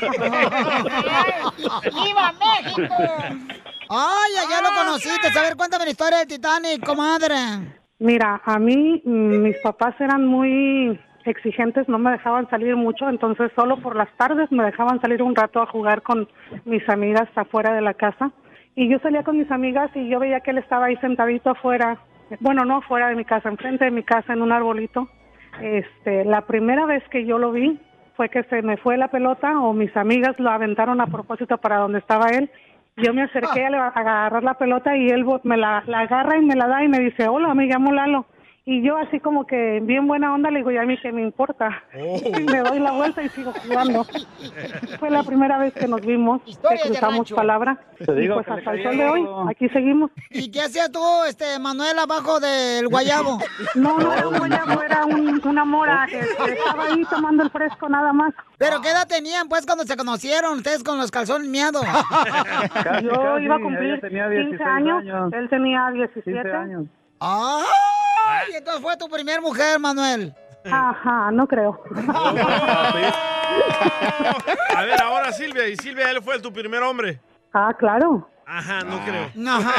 ¡Viva México! Ay, ya lo conociste. A ver, cuéntame la historia del Titanic, comadre. Mira, a mí mis papás eran muy exigentes, no me dejaban salir mucho, entonces solo por las tardes me dejaban salir un rato a jugar con mis amigas afuera de la casa. Y yo salía con mis amigas y yo veía que él estaba ahí sentadito afuera, bueno, no afuera de mi casa, enfrente de mi casa en un arbolito. La primera vez que yo lo vi fue que se me fue la pelota o mis amigas lo aventaron a propósito para donde estaba él. Yo me acerqué a agarrar la pelota y él me la agarra y me la da y me dice, hola, me llamo Lalo. Y yo así como que bien buena onda le digo, ¿y a mí qué me importa? Y me doy la vuelta y sigo jugando. Fue la primera vez que nos vimos, que cruzamos palabra. Y pues hasta el sol de hoy, aquí seguimos. ¿Y qué hacías tú, Manuel, abajo del guayabo? No era un guayabo, era una mora que estaba ahí tomando el fresco nada más. ¿Pero qué edad tenían, pues, cuando se conocieron ustedes con los calzones miados? Yo iba a cumplir 15 años, él tenía 17 años. ¡Ay! Entonces fue tu primer mujer, Manuel. Ajá, no creo. A ver, ahora Silvia. ¿Y Silvia, él fue tu primer hombre? Ah, claro. Ajá, no creo.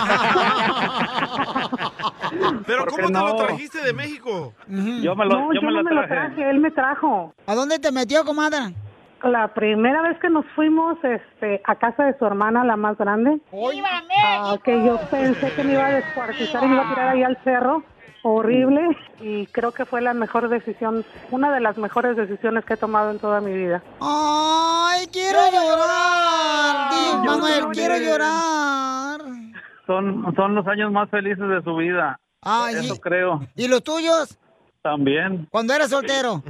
Pero ¿cómo te lo trajiste de México? Yo no me lo traje, él me trajo. ¿A dónde te metió, comadre? La primera vez que nos fuimos a casa de su hermana, la más grande, que yo pensé que me iba a descuartizar y me iba a tirar ahí al cerro, horrible, y creo que fue la mejor decisión, una de las mejores decisiones que he tomado en toda mi vida. ¡Ay, quiero llorar! Manuel, quiero llorar. Son los años más felices de su vida. Eso creo. ¿Y los tuyos? También. ¿Cuando eras soltero?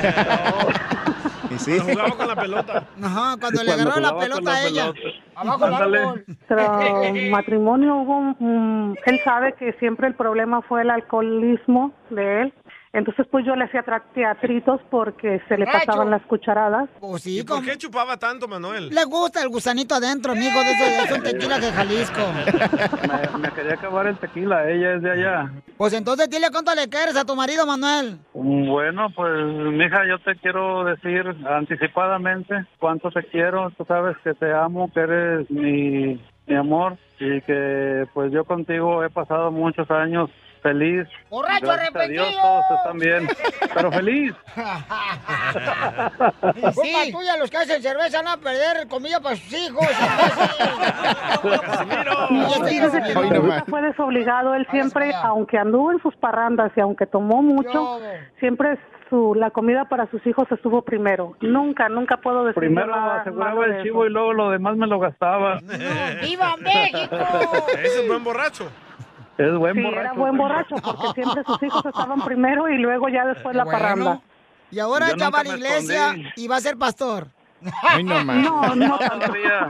Y sí. Cuando jugaba con la pelota. Ajá, cuando le agarró la pelota a ella. Abajo el árbol. Nuestro matrimonio hubo él sabe que siempre el problema fue el alcoholismo de él. Entonces, pues yo le hacía teatritos porque se le pasaban las cucharadas. Pues sí, ¿Y por qué chupaba tanto, Manuel? Le gusta el gusanito adentro, amigo, de ese es un tequila de Jalisco. Me quería acabar el tequila, ella es de allá. Pues entonces dile cuánto le quieres a tu marido, Manuel. Bueno, pues, mija, yo te quiero decir anticipadamente cuánto te quiero. Tú sabes que te amo, que eres mi amor, y que pues yo contigo he pasado muchos años feliz. ¡Borracho Gracias a Dios, arrepentido! todos están bien, pero feliz. Culpa tuya, los que hacen cerveza van a perder comida para sus hijos. Nunca fue desobligado, él siempre, aunque anduvo en sus parrandas y aunque tomó mucho, siempre la comida para sus hijos estuvo primero. Nunca puedo decir Primero nada aseguraba malo de el chivo eso. y luego lo demás me lo gastaba. ¡Viva México! Ese es buen borracho. Es buen Sí, borracho. era buen borracho porque siempre sus hijos estaban primero y luego ya después la parranda. Y ahora Yo ya va a nunca la me iglesia escondí. y va a ser pastor. Ay, no más. No, todavía.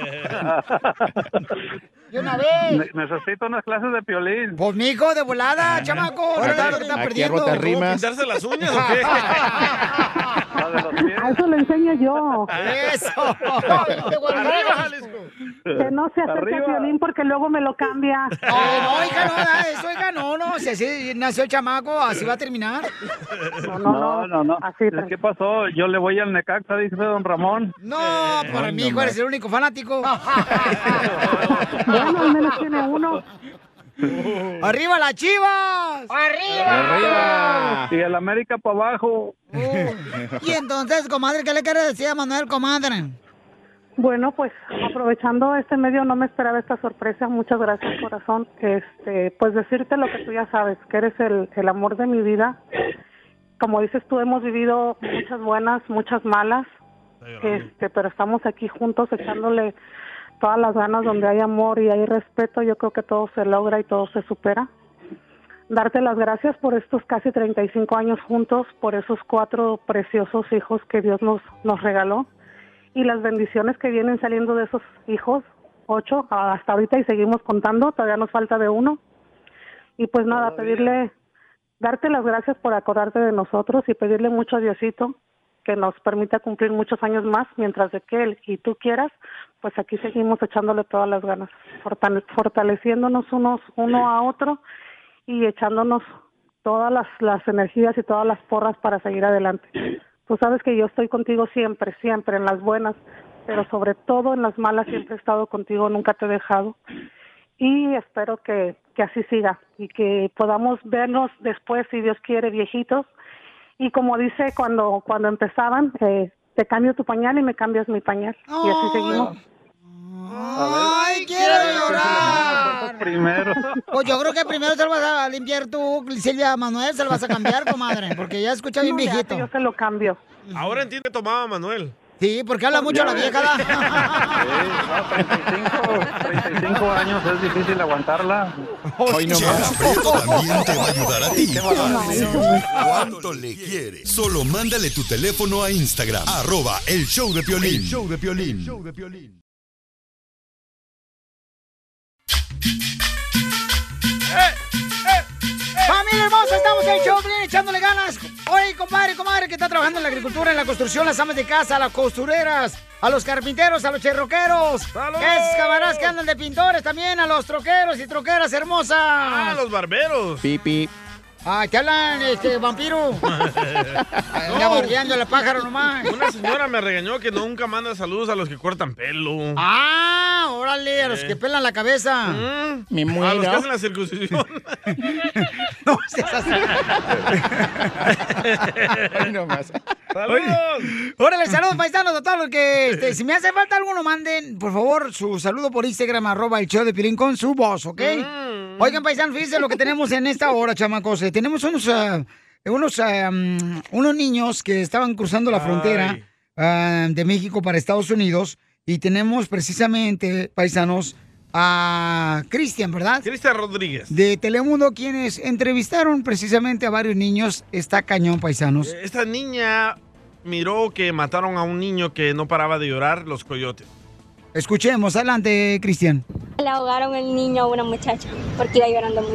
De una vez. Necesito unas clases de Piolín. Pues mijo, de volada, chamaco. Ahora, Ahora te están aquí perdiendo. arrote arriba. ¿Quitarse las uñas o qué? A eso le enseño yo. ¡Eso! ¡Arriba, Jalisco! Que no se acerque a Piolín porque luego me lo cambia. No, hija, no haga eso, hija, no. Si así nació el chamaco, así va a terminar. No. ¿Qué pasó? Yo le voy al Necaxa, dice don Ramón. No, por mi hijo, eres el único fanático. Bueno, al menos tiene uno. ¡Arriba las Chivas! ¡Arriba! Y el América para abajo. Y entonces, comadre, ¿qué le quiere decir a Manuel, comadre? Bueno, pues aprovechando este medio, no me esperaba esta sorpresa. Muchas gracias, corazón. Pues decirte lo que tú ya sabes, que eres el amor de mi vida. Como dices tú, hemos vivido muchas buenas, muchas malas, pero estamos aquí juntos echándole todas las ganas. Donde hay amor y hay respeto, yo creo que todo se logra y todo se supera. Darte las gracias por estos casi 35 años juntos, por esos 4 preciosos hijos que Dios nos regaló y las bendiciones que vienen saliendo de esos hijos, 8 hasta ahorita, y seguimos contando, todavía nos falta de 1. Y pues nada, darte las gracias por acordarte de nosotros y pedirle mucho a Diosito que nos permita cumplir muchos años más, mientras de que Él y tú quieras, pues aquí seguimos echándole todas las ganas, fortaleciéndonos uno a otro y echándonos todas las energías y todas las porras para seguir adelante. Tú sabes que yo estoy contigo siempre, en las buenas, pero sobre todo en las malas siempre he estado contigo, nunca te he dejado. Y espero que así siga y que podamos vernos después, si Dios quiere, viejitos. Y como dice cuando empezaban, te cambio tu pañal y me cambias mi pañal. Y así seguimos. ¡Ay, quiero llorar! Primero. Pues yo creo que primero se lo vas a limpiar tú, Silvia. Manuel, se lo vas a cambiar, comadre, porque ya escucha bien viejito. Yo se lo cambio. Ahora entiendo que tomaba Manuel. Sí, porque habla mucho la vieja. 35 años es difícil aguantarla. Hoy no más. Prieto también te va a ayudar a ti a decirle cuánto le quieres. Solo mándale tu teléfono a Instagram, @elshowdepiolín. El show de Piolín. ¡Familia hermosa! Estamos en el show, echándole ganas. Oye, compadre, que está trabajando en la agricultura, en la construcción, las amas de casa, las costureras, a los carpinteros, a los cherroqueros, esos camaradas que andan de pintores también, a los troqueros y troqueras hermosas. ¡Ah, los barberos! Pipi. Ah, ¿qué hablan, vampiro? Anda bordeando el pájaro nomás. Una señora me regañó que nunca manda saludos a los que cortan pelo. Ah, órale, a los que pelan la cabeza. Me A muero. los que hacen la circuncisión. No seas así. Ay, no más. ¡Saludos! Órale, saludos, paisanos, a todos los que, si me hace falta alguno, manden, por favor, su saludo por Instagram, @el show de Piolín con su voz, ¿ok? Oigan, paisanos, fíjense lo que tenemos en esta hora, chamacos. Tenemos unos niños que estaban cruzando la frontera de México para Estados Unidos y tenemos precisamente, paisanos, a Cristian, ¿verdad? Cristian Rodríguez. De Telemundo, quienes entrevistaron precisamente a varios niños. Está cañón, paisanos. Esta niña miró que mataron a un niño que no paraba de llorar, los coyotes. Escuchemos, adelante, Cristian. Le ahogaron el niño a una muchacha porque iba llorando mucho.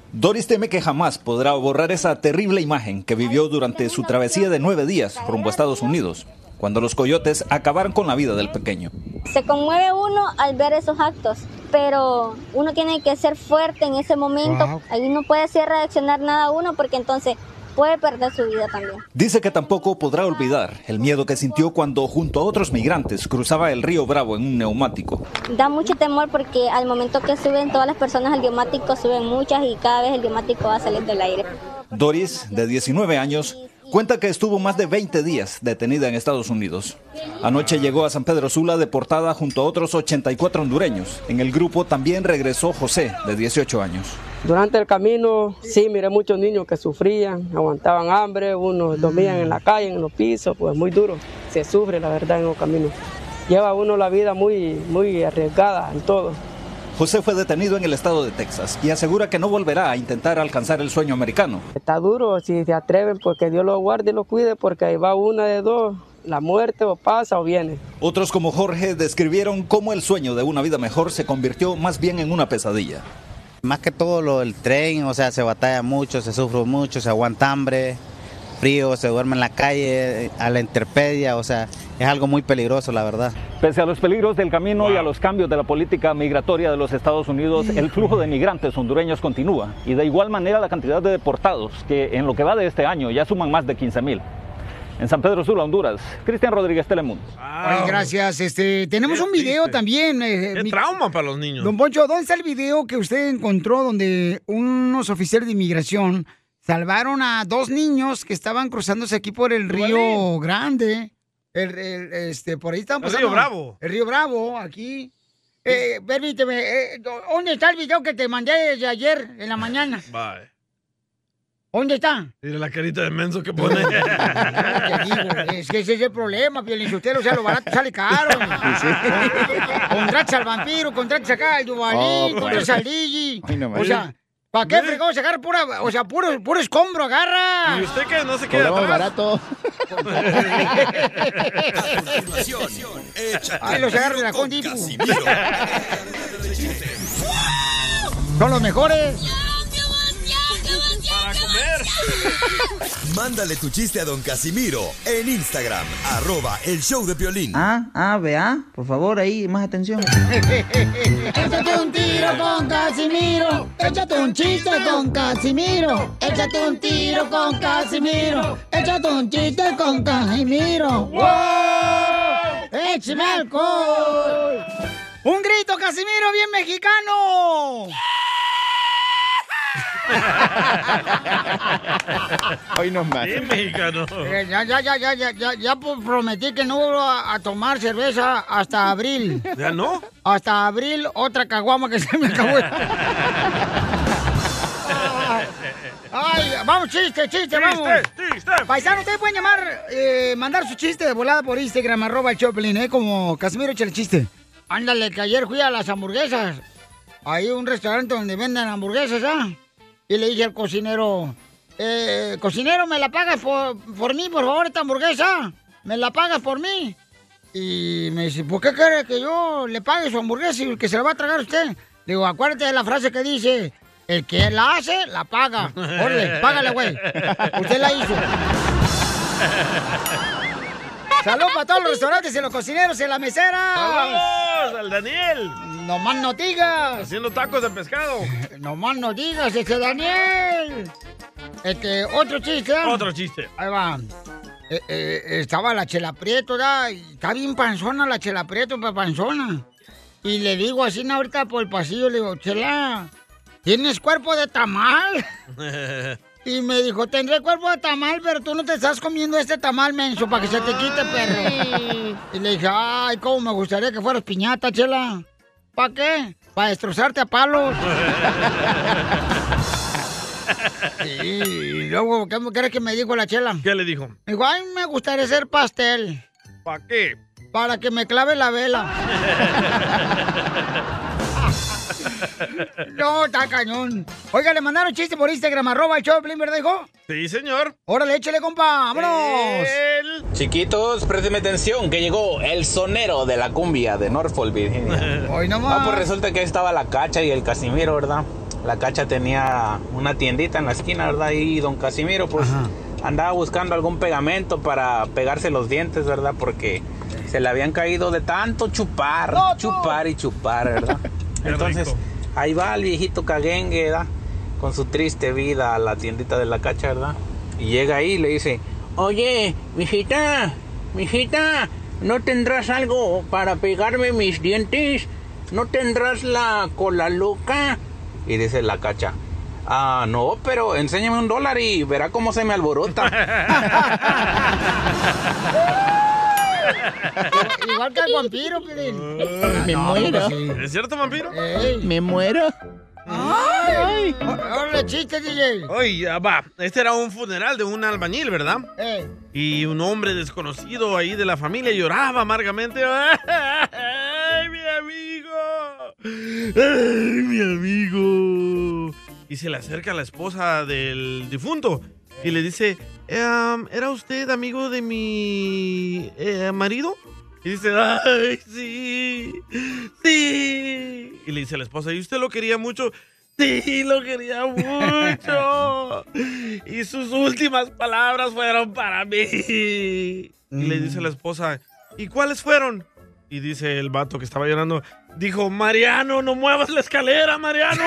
Doris teme que jamás podrá borrar esa terrible imagen que vivió durante su travesía de 9 días rumbo a Estados Unidos, cuando los coyotes acabaron con la vida del pequeño. Se conmueve uno al ver esos actos, pero uno tiene que ser fuerte en ese momento. Wow. Ahí no puede hacer reaccionar nada uno porque entonces puede perder su vida también. Dice que tampoco podrá olvidar el miedo que sintió cuando junto a otros migrantes cruzaba el río Bravo en un neumático. Da mucho temor porque al momento que suben todas las personas al neumático, suben muchas y cada vez el neumático va a salir del aire. Doris, de 19 años, cuenta que estuvo más de 20 días detenida en Estados Unidos. Anoche llegó a San Pedro Sula deportada junto a otros 84 hondureños. En el grupo también regresó José, de 18 años. Durante el camino, sí, miré muchos niños que sufrían, aguantaban hambre, unos dormían en la calle, en los pisos, pues muy duro. Se sufre, la verdad, en los caminos. Lleva uno la vida muy arriesgada en todo. José fue detenido en el estado de Texas y asegura que no volverá a intentar alcanzar el sueño americano. Está duro, si se atreven, pues que Dios los guarde y los cuide, porque ahí va una de dos, la muerte o pasa o viene. Otros como Jorge describieron cómo el sueño de una vida mejor se convirtió más bien en una pesadilla. Más que todo lo del tren, o sea, se batalla mucho, se sufre mucho, se aguanta hambre, frío, se duerme en la calle, a la intemperie, o sea, es algo muy peligroso, la verdad. Pese a los peligros del camino y a los cambios de la política migratoria de los Estados Unidos, el flujo de migrantes hondureños continúa y de igual manera la cantidad de deportados, que en lo que va de este año ya suman más de 15,000. En San Pedro Sula, Honduras, Cristian Rodríguez, Telemundo. Ay, gracias. Tenemos un video también. Qué trauma para los niños. Don Poncho, ¿dónde está el video que usted encontró donde unos oficiales de inmigración salvaron a 2 niños que estaban cruzándose aquí por el Río Grande? Por ahí estamos. El Río Bravo. El Río Bravo, aquí. Permíteme, ¿dónde está el video que te mandé desde ayer en la mañana? Bye. ¿Dónde está? Mira la carita de menso que pone. Te digo, es que ese es el problema, Pielinsotelo, o sea, lo barato sale caro. Contrates al vampiro, contrates acá al Duvalín, contrates al Digi. O sea, ¿para qué fregado sacar puro escombro agarra? ¿Y usted qué? No se queda atrás. Barato. Ahí los agarro de la Condipu. Son los mejores. Para comer. Mándale tu chiste a don Casimiro en Instagram, @elshowdepiolín. Vea, por favor, ahí, más atención. Échate un tiro con Casimiro. Échate un chiste con Casimiro. Échate un tiro con Casimiro. Échate un chiste con Casimiro. ¡Wow! ¡Échame alcohol! ¡Un grito, Casimiro, bien mexicano! Hoy no más. Bien mexicano. Ya prometí que no voy a tomar cerveza hasta abril. ¿Ya no? Hasta abril, otra caguama que se me acabó. Ay, vamos, chiste, vamos. Chiste. Paisano, ustedes pueden mandar su chiste de volada por Instagram, @el como Casimiro, échale chiste. Ándale, que ayer fui a las hamburguesas. Hay un restaurante donde venden hamburguesas, ¿ah? Y le dije al cocinero, cocinero, ¿me la pagas por mí, por favor, esta hamburguesa? ¿Me la pagas por mí? Y me dice, ¿por qué quiere que yo le pague su hamburguesa y que se la va a tragar usted? Le digo, acuérdate de la frase que dice, el que la hace, la paga. Órale, págale, güey. Usted la hizo. ¡Saludos para todos los restaurantes y los cocineros y la mesera! ¡Saludos al Daniel! ¡No más no digas! Haciendo tacos de pescado. ¡No más no digas, Daniel! Otro chiste, ¿eh? Otro chiste. Ahí va. Estaba la Chela Prieto, ¿verdad? Y está bien panzona la Chela Prieto, panzona. Y le digo así, ahorita por el pasillo, le digo, Chela, ¿tienes cuerpo de tamal? Y me dijo, tendré cuerpo de tamal, pero tú no te estás comiendo este tamal, menso, para que se te quite, perro. Y le dije, ay, cómo me gustaría que fueras piñata, Chela. ¿Para qué? Para destrozarte a palos. Sí, y luego, ¿qué crees que me dijo la Chela? ¿Qué le dijo? Me dijo, ay, me gustaría hacer pastel. ¿Para qué? Para que me clave la vela. No, está cañón. Oiga, le mandaron chiste por Instagram, @el show de Piolín, ¿verdad, hijo? Sí, señor. Órale, échale, compa, vámonos. Chiquitos, présteme atención, que llegó el sonero de la cumbia de Norfolk, Virginia. Hoy nomás. Pues resulta que ahí estaba la Cacha y el Casimiro, ¿verdad? la Cacha tenía una tiendita en la esquina, ¿verdad? Y don Casimiro, pues, andaba buscando algún pegamento para pegarse los dientes, ¿verdad? Porque se le habían caído de tanto chupar, chupar y chupar, ¿verdad? Entonces, ahí va el viejito caguengue, ¿verdad? Con su triste vida a la tiendita de la Cacha, ¿verdad? Y llega ahí y le dice, oye, mijita, ¿no tendrás algo para pegarme mis dientes? ¿No tendrás la cola loca? Y dice la Cacha, no, pero enséñame $1 y verá cómo se me alborota. Igual que el vampiro, Piolín. Me muero. ¿Es cierto, vampiro? Me muero. ¡Ay! ¡Órale, chiste, DJ! Oye, va. Este era un funeral de un albañil, ¿verdad? Y un hombre desconocido ahí de la familia lloraba amargamente. ¡Ay, mi amigo! ¡Ay, mi amigo! Y se le acerca a la esposa del difunto y le dice, ¿era usted amigo de mi marido? Y dice, ¡ay, sí! ¡Sí! Y le dice a la esposa, ¿y usted lo quería mucho? ¡Sí, lo quería mucho! Y sus últimas palabras fueron para mí. Y le dice a la esposa, ¿y cuáles fueron? Y dice el vato que estaba llorando, dijo, Mariano, no muevas la escalera, Mariano.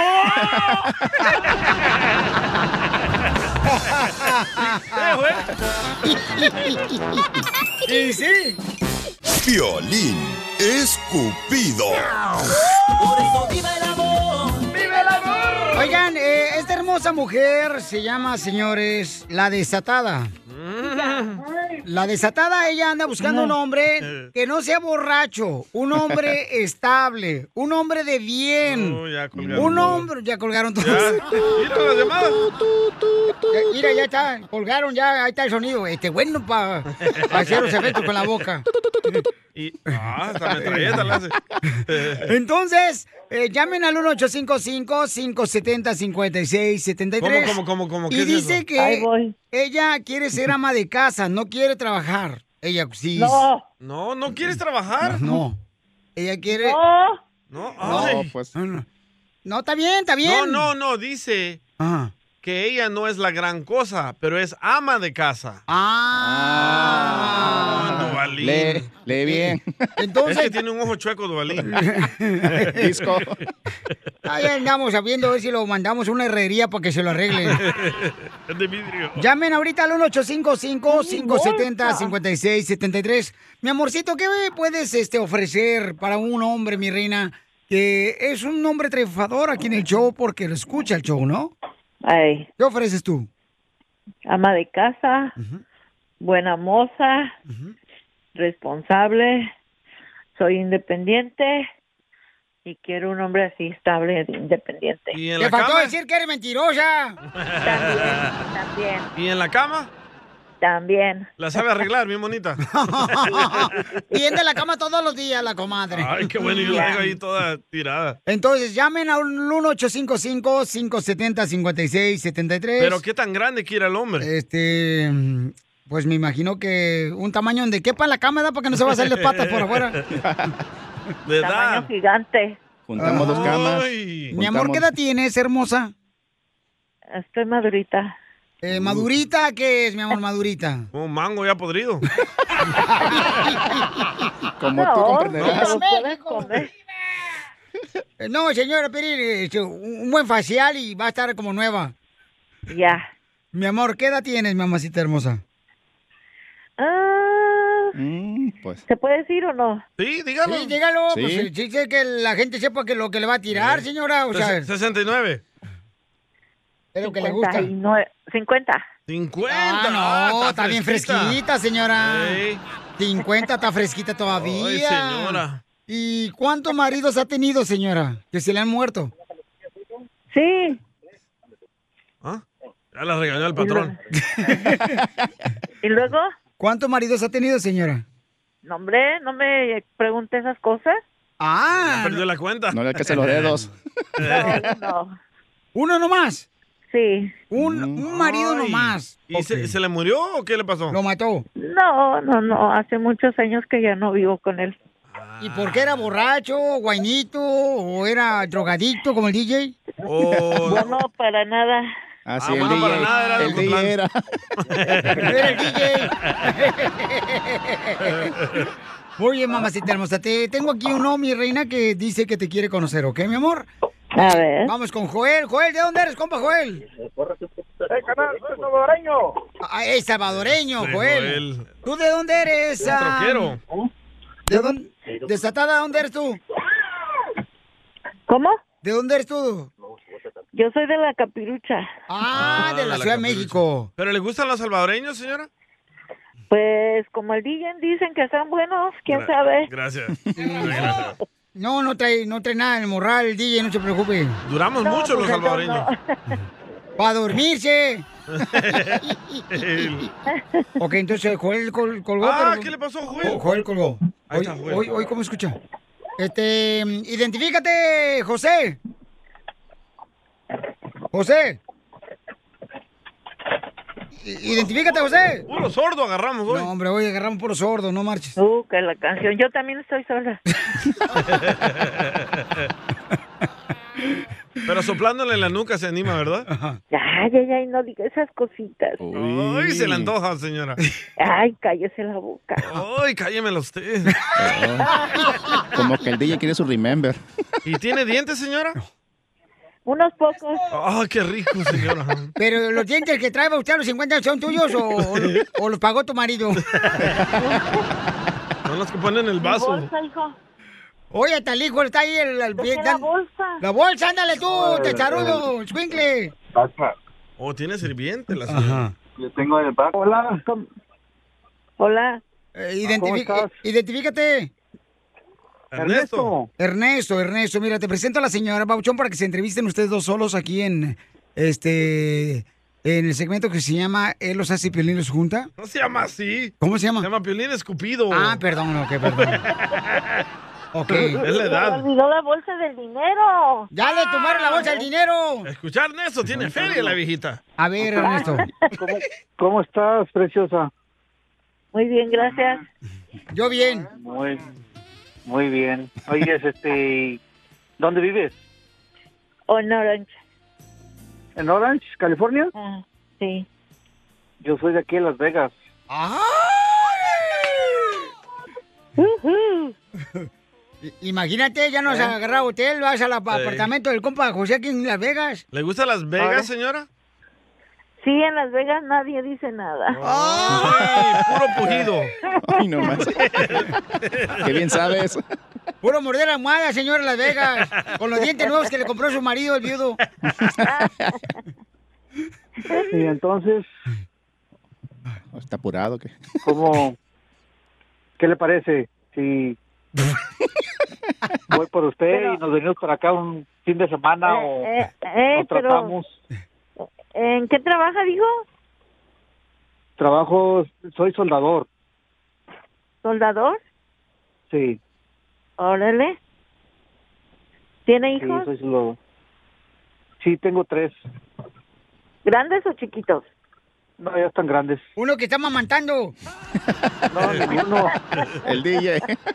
Y sí. Piolín Escupido. Por eso viva el amor. ¡Viva el amor! Oigan, esta hermosa mujer se llama, señores, La Desatada. La Desatada, ella anda buscando un hombre que no sea borracho, un hombre estable, un hombre de bien. Ya colgaron un todo. hombre, ya colgaron todos. Mira las llamadas. Mira, ya está, colgaron, ya, ahí está el sonido. Bueno para hacer los efectos con la boca. Y, hasta metralleta la hace. Entonces, llamen al 1-855-570-5673. ¿Cómo? Y ¿Qué es dice eso? que ella quiere ser ama de casa, no quiere trabajar. Ella sí. No quieres trabajar. No. Ella quiere. No, pues. No, está bien, está bien. No, dice que ella no es la gran cosa, pero es ama de casa. Duvalín. Lee bien. Entonces... Es que tiene un ojo chueco, Duvalín. Disco. Ahí andamos sabiendo a ver si lo mandamos a una herrería para que se lo arregle. Es de vidrio. Llamen ahorita al 1-855-570-5673. Mi amorcito, ¿qué puedes ofrecer para un hombre, mi reina, que es un hombre triunfador aquí en el show porque lo escucha el show, ¿no? Ay. ¿Qué ofreces tú? Ama de casa, buena moza, responsable, soy independiente y quiero un hombre así estable, independiente. ¿Y en Te la faltó cama? decir que eres mentirosa. También. ¿Y en la cama? También. La sabe arreglar, bien bonita. Tiende la cama todos los días, la comadre. Ay, qué bueno, yo la dejo ahí toda tirada. Entonces, llamen al 1-855-570-5673. Pero ¿qué tan grande quiere el hombre? Pues me imagino que un tamaño donde quepa la cama, ¿da? Para que no se va a salir las patas por afuera. De edad. Tamaño gigante. Juntamos dos camas. Mi amor, ¿qué edad tienes, hermosa? Estoy madurita. ¿Madurita? ¿Qué es, mi amor, madurita? Un mango ya podrido. Como tú comprenderás. No, señora, pedir un buen facial y va a estar como nueva. Ya. Mi amor, ¿qué edad tienes, mi mamacita hermosa? Pues. ¿Se puede decir o no? Sí, dígalo. Sí, dígalo. Sí. Pues sí, que la gente sepa que lo que le va a tirar, señora. O sea, 69. es lo que le gusta. 50. 50. No, está bien fresquita, señora. Sí. 50 está fresquita todavía. Ay, señora. ¿Y cuántos maridos ha tenido, señora? Que se le han muerto. Sí. ¿Ah? Ya la regañó el patrón. ¿Y luego? ¿Cuántos maridos ha tenido, señora? No, hombre, no me pregunte esas cosas. Ya perdió la cuenta. No le alcance los dedos. No. ¿Uno nomás? Sí. Un marido nomás. ¿Y se le murió o qué le pasó? ¿Lo mató? No. Hace muchos años que ya no vivo con él. ¿Y por qué era borracho, guainito o era drogadicto como el DJ? Bueno, para nada. Ah, sí, el DJ. para nada era El DJ era. Era el DJ. Muy bien, mamacita hermosa. Tengo aquí uno, mi reina, que dice que te quiere conocer, ¿ok, mi amor? A ver. Vamos con Joel. Joel, ¿de dónde eres, compa, Joel? Canal, soy salvadoreño. Ah, es salvadoreño, Sí, Joel. Joel. ¿Tú de dónde eres? Troquero. ¿De dónde? ¿Desatada, dónde eres tú? ¿Cómo? ¿De dónde eres tú? Yo soy de la Capirucha. Ah, de la Ciudad de México. ¿Pero le gustan los salvadoreños, señora? Pues como el DJ dicen que están buenos, quién sabe. Gracias. No trae nada en el morral, el DJ, no se preocupe. Duramos mucho los salvadoreños. ¡Para dormirse! Ok, entonces Joel colgó. Ah, pero... ¿qué le pasó a Joel? Joel colgó. Ahí está, Joel. Hoy, ¿cómo escucha? Identifícate, José. José. Identifícate, José. Puro sordo agarramos hoy. No, hombre, hoy agarramos puro sordo, no marches. Que la canción. Yo también estoy sola. Pero soplándole en la nuca se anima, ¿verdad? Ay, no diga esas cositas. Ay, se le antoja, señora. Ay, cállese la boca. Ay, cállemela usted. Como que el DJ quiere su remember. ¿Y tiene dientes, señora? Unos pocos. ¡Ah, qué rico, señora! Pero los dientes que trae usted a los 50 son tuyos o los pagó tu marido. Son los que ponen el vaso. Mi bolsa, hijo. Oye, hasta el hijo está ahí el pie. La bolsa. La bolsa, ándale tú, testarudo, escuincle. Oh, tiene sirviente la señora. Le tengo en el back. Hola. Hola. Identifícate. Ernesto. Ernesto, mira, te presento a la señora Pabuchón para que se entrevisten ustedes dos solos aquí en el segmento que se llama Él los hace y Piolín los junta. No se llama así. ¿Cómo se llama? Se llama Piolín Escupido. Ah, perdón. Ok. Es la edad. Se me olvidó la bolsa del dinero. ¡Ya le tomaron la bolsa del dinero! Escuchar, Ernesto, tiene feria la viejita. A ver, Ernesto. ¿Cómo estás, preciosa? Muy bien, gracias. Yo bien. Muy bien. Oye, ¿dónde vives? En Orange. ¿En Orange, California? Sí. Yo soy de aquí de Las Vegas. Imagínate, ya nos ha agarrado hotel, vas al apartamento del compa José aquí en Las Vegas. ¿Le gusta Las Vegas, señora? Sí, en Las Vegas nadie dice nada. ¡Ay, puro pujido! Ay, no más. Qué bien sabes. Puro morder almohada, señora, en Las Vegas. Con los dientes nuevos que le compró su marido, el viudo. Y entonces... ¿Está apurado o qué? ¿Qué le parece si voy por usted y nos venimos para acá un fin de semana o nos tratamos? ¿En qué trabaja, dijo? Soy soldador. ¿Soldador? Sí. Órale. ¿Tiene hijos? Sí, soy soldador. Sí, tengo 3. ¿Grandes o chiquitos? No, ya están grandes. Uno que está mamantando. No, ninguno. El DJ.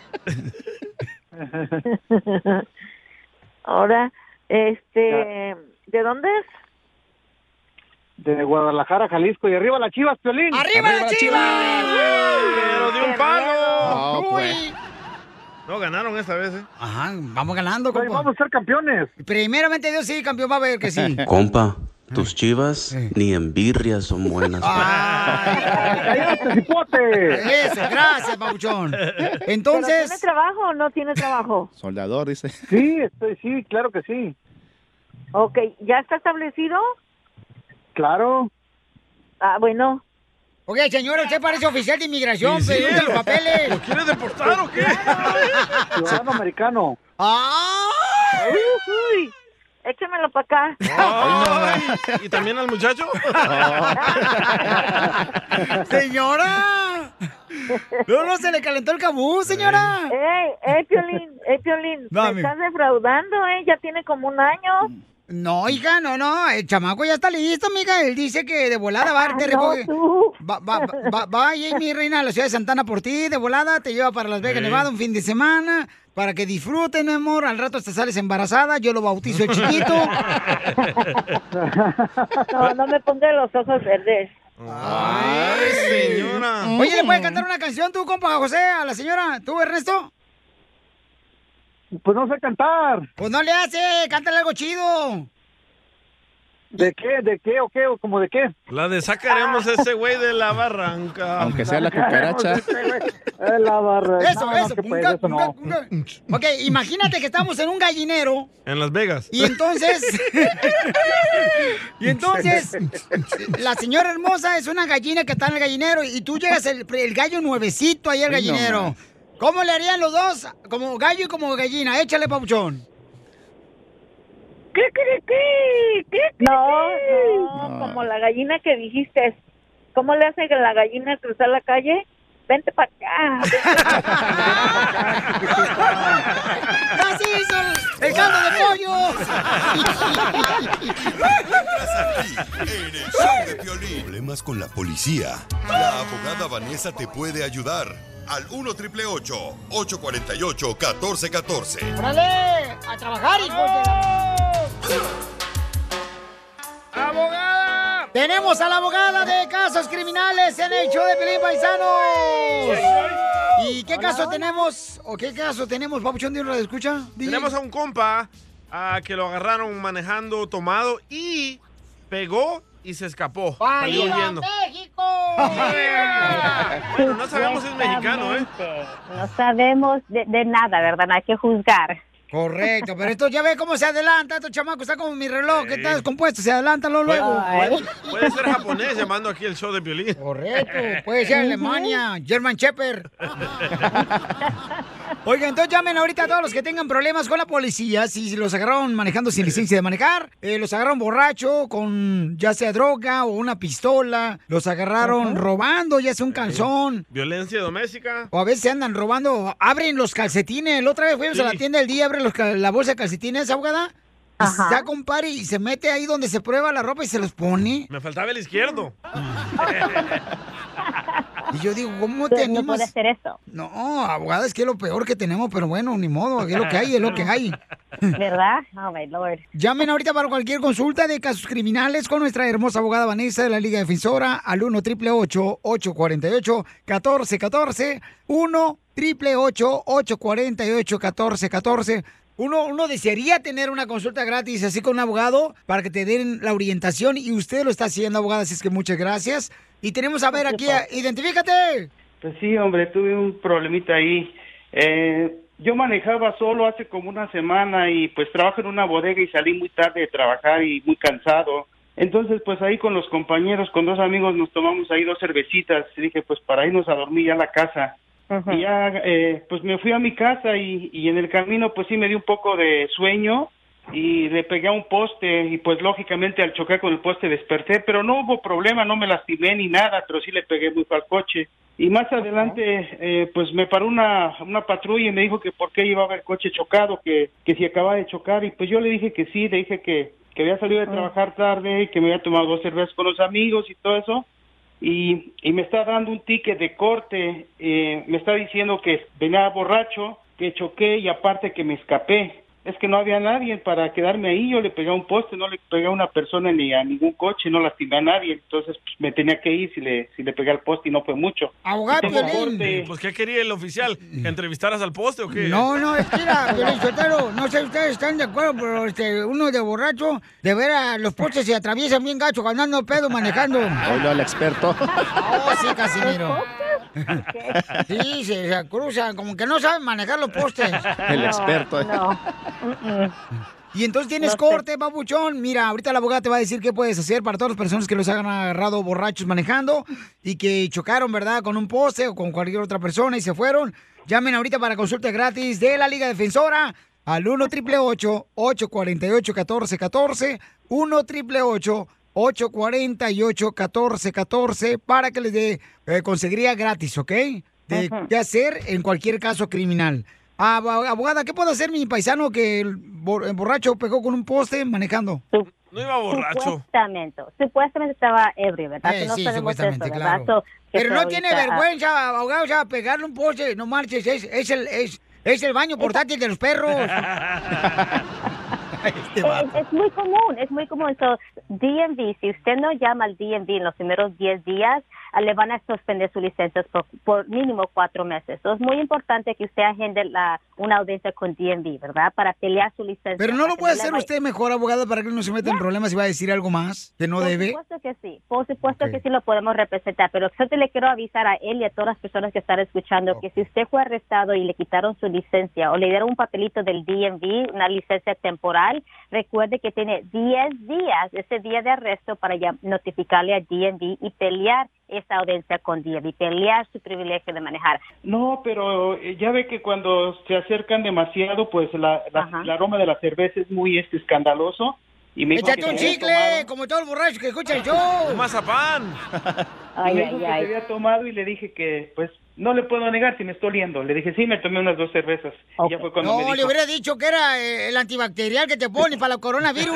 Ahora, ¿de dónde es? De Guadalajara, Jalisco. Y arriba las Chivas, Piolín. ¡Arriba las Chivas! ¡Pero de un palo! No, pues. No, ganaron esta vez, Ajá, vamos ganando, compa. Vamos a ser campeones. Primeramente Dios, sí, campeón, va a ver que sí. Compa, tus Chivas ni en birria son buenas. ¡Cállate, cipote! Eso, gracias, Pabuchón. Entonces... ¿Pero tiene trabajo o no tiene trabajo? Soldador, dice. Sí, sí, claro que sí. Ok, ¿ya está establecido? Claro. Ah, bueno. Oye, señora, usted parece oficial de inmigración, Sí, pero los papeles. ¿Lo quiere deportar o qué? Ciudadano americano. Uy, échamelo para acá. Ay, ¿y también al muchacho? ¡Señora! No, se le calentó el cabú, señora. Piolín, Dame. me estás defraudando, ya tiene como un año. No, hija, no, el chamaco ya está listo, amiga. Él dice que de volada va, te recoge. Va ahí, mi reina, a la ciudad de Santana por ti, de volada, te lleva para Las Vegas, Nevada, un fin de semana, para que disfruten, mi amor. Al rato te sales embarazada, yo lo bautizo el chiquito. No me pongas los ojos verdes. Ay, señora. Oye, ¿le puedes cantar una canción tú, compa José, a la señora? ¿Tú, Ernesto? Pues no sé cantar. Pues no le hace, cántale algo chido. ¿De qué? ¿De qué o qué? ¿O como de qué? La de sacaremos ese güey de la barranca. Aunque sea la cucaracha. La barranca. Eso. No. Ok, imagínate que estamos en un gallinero. En Las Vegas. Y entonces... la señora hermosa es una gallina que está en el gallinero y tú llegas el gallo nuevecito ahí al gallinero. No, ¿Cómo le harían los dos? Como gallo y como gallina. Échale, papuchón. No, como la gallina que dijiste. ¿Cómo le hace la gallina al cruzar la calle? Vente para acá. ¡Así hizo el caldo de pollo! En el show de Piolín. Problemas con la policía. La abogada Vanessa te puede ayudar. Al 1-888-848-1414. ¡Órale! ¡A trabajar, hijo de la... ¡Abogada! Tenemos a la abogada de casos criminales en el show de Piolín, paisanos. ¿Y qué caso tenemos? ¿O qué caso tenemos, papuchón, de una escucha? Tenemos a un compa que lo agarraron manejando tomado y pegó y se escapó. Salió huyendo. México! Bueno, no sabemos si es mexicano, ¿eh? No sabemos de nada, ¿verdad? No hay que juzgar. Correcto, pero esto ya ve cómo se adelanta. Estos chamacos está como mi reloj, que está descompuesto. Se adelanta luego. Puede ser japonés llamando aquí el show de Piolín. Correcto, puede ser Alemania, German Shepherd. Oigan, entonces llamen ahorita a todos los que tengan problemas con la policía. Si los agarraron manejando sin licencia de manejar, los agarraron borracho con ya sea droga o una pistola, los agarraron robando, ya sea un calzón. Violencia doméstica. O a veces andan robando, abren los calcetines. La otra vez fuimos a la tienda del día, abren la bolsa de calcetines, abogada. Saca un par y se mete ahí donde se prueba la ropa y se los pone. Me faltaba el izquierdo. Y yo digo, ¿cómo te animas? No puede hacer eso. No, abogada, es que es lo peor que tenemos, pero bueno, ni modo, es lo que hay, es lo que hay. ¿Verdad? Oh, my Lord. Llamen ahorita para cualquier consulta de casos criminales con nuestra hermosa abogada Vanessa de la Liga Defensora al 1-888-848-1414. 1-888-848-1414. Uno desearía tener una consulta gratis así con un abogado para que te den la orientación y usted lo está haciendo, abogada, así es que muchas gracias. Y tenemos a ver aquí, identifícate. Pues sí, hombre, tuve un problemita ahí. Yo manejaba solo hace como una semana y pues trabajo en una bodega y salí muy tarde de trabajar y muy cansado. Entonces pues ahí con los compañeros, con dos amigos nos tomamos ahí 2 cervecitas y dije pues para irnos a dormir ya a la casa. Y ya pues me fui a mi casa y en el camino pues sí me dio un poco de sueño y le pegué a un poste y pues lógicamente al chocar con el poste desperté, pero no hubo problema, no me lastimé ni nada, pero sí le pegué muy al coche. Y más adelante pues me paró una patrulla y me dijo que por qué iba a haber coche chocado, que si acababa de chocar, y pues yo le dije que sí, le dije que había salido de trabajar tarde y que me había tomado 2 cervezas con los amigos y todo eso. Y me está dando un ticket de corte, me está diciendo que venía borracho, que choqué y aparte que me escapé. Es que no había nadie para quedarme ahí, yo le pegué a un poste, no le pegué a una persona ni a ningún coche, no lastimé a nadie, entonces pues, me tenía que ir si le pegué al poste y no fue mucho. Abogado, pues ¿qué quería el oficial? ¿Que entrevistaras al poste o qué? No, es que Piolín Sotelo, no sé si ustedes están de acuerdo, pero uno de borracho, de ver a los postes se atraviesan bien gacho, ganando pedo, manejando. Oílo al experto. Oh, sí, Casimiro. Sí, se cruzan, como que no saben manejar los postes. El experto. No. Y entonces tienes corte, papuchón. Mira, ahorita la abogada te va a decir qué puedes hacer para todas las personas que los hayan agarrado borrachos manejando y que chocaron, ¿verdad?, con un poste o con cualquier otra persona y se fueron. Llamen ahorita para consulta gratis de la Liga Defensora al 1-888-848-1414. 1-888-848-1414 para que les dé conseguiría gratis, ¿ok? De qué hacer en cualquier caso criminal. Abogada, ¿qué puede hacer mi paisano que el borracho pegó con un poste manejando? No iba borracho. Supuestamente estaba ebrio, ¿verdad? No Sí, sabemos supuestamente, eso, claro. ¿verdad? Pero no tiene vergüenza, abogado, o sea, pegarle un poste, no marches, es el baño portátil de los perros. Es muy común. So, DMV, si usted no llama al DMV en los primeros 10 días, le van a suspender su licencia por mínimo 4 meses. Entonces, es muy importante que usted agende una audiencia con DMV, ¿verdad? Para pelear su licencia. Pero no lo puede hacer usted mejor, abogada, para que no se meta en problemas y va a decir algo más que no debe. Por supuesto que sí lo podemos representar, pero yo le quiero avisar a él y a todas las personas que están escuchando que si usted fue arrestado y le quitaron su licencia o le dieron un papelito del DMV, una licencia temporal, recuerde que tiene 10 días, ese día de arresto, para ya notificarle a DMV y pelear esa audiencia con DMV, pelear su privilegio de manejar. No, pero ya ve que cuando se acercan demasiado, pues el aroma de la cerveza es muy escandaloso. Y me dijo ¡échate que un se había chicle! tomado. Como todo el borracho que escucha el show. ¡Un mazapán! Me dijo que se había tomado y le dije que, pues, no le puedo negar si me estoy oliendo. Le dije, sí, me tomé unas 2 cervezas. Y ya fue cuando me No, dijo, le hubiera dicho que era el antibacterial que te pone para el coronavirus.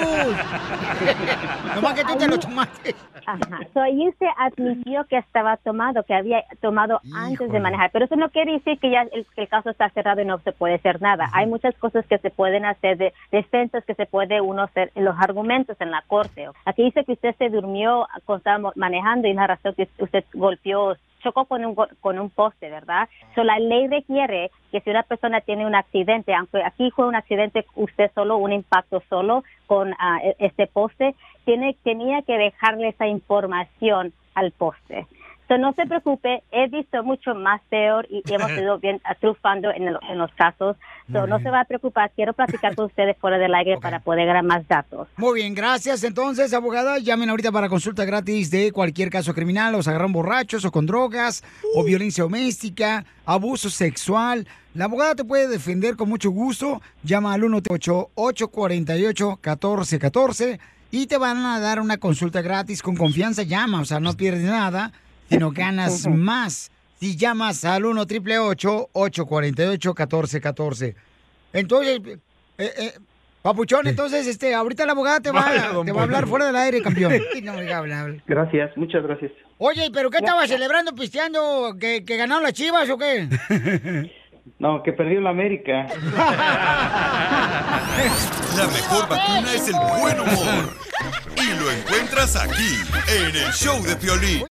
Nomás que tú te lo tomaste. Ajá. So, ahí usted admitió que estaba tomado, que había tomado antes de manejar. Pero eso no quiere decir que ya el caso está cerrado y no se puede hacer nada. Hay muchas cosas que se pueden hacer, de defensas que se puede uno hacer en los argumentos en la corte. Aquí dice que usted se durmió cuando estaba manejando y la razón que usted chocó con un poste, ¿verdad? So, la ley requiere que si una persona tiene un accidente, aunque aquí fue un accidente usted solo, un impacto solo con este poste, tenía que dejarle esa información al poste. So, no se preocupe, he visto mucho más peor y hemos ido bien triunfando en los casos. So, no se va a preocupar, quiero platicar con ustedes fuera del aire para poder dar más datos. Muy bien, gracias. Entonces, abogada, llamen ahorita para consulta gratis de cualquier caso criminal. Los agarran borrachos o con drogas o violencia doméstica, abuso sexual. La abogada te puede defender con mucho gusto. Llama al 1-888-848-1414 y te van a dar una consulta gratis con confianza. Llama, o sea, no pierdes nada, sino ganas más si llamas al 1-888-848-1414. Entonces, papuchón, entonces, ahorita la abogada te va a hablar fuera del aire, campeón. No me habla. Gracias, muchas gracias. Oye, ¿pero qué estaba celebrando, pisteando? ¿Que ganaron las Chivas o qué? No, que perdió la América. La mejor vacuna es el buen humor. Y lo encuentras aquí, en el show de Piolín.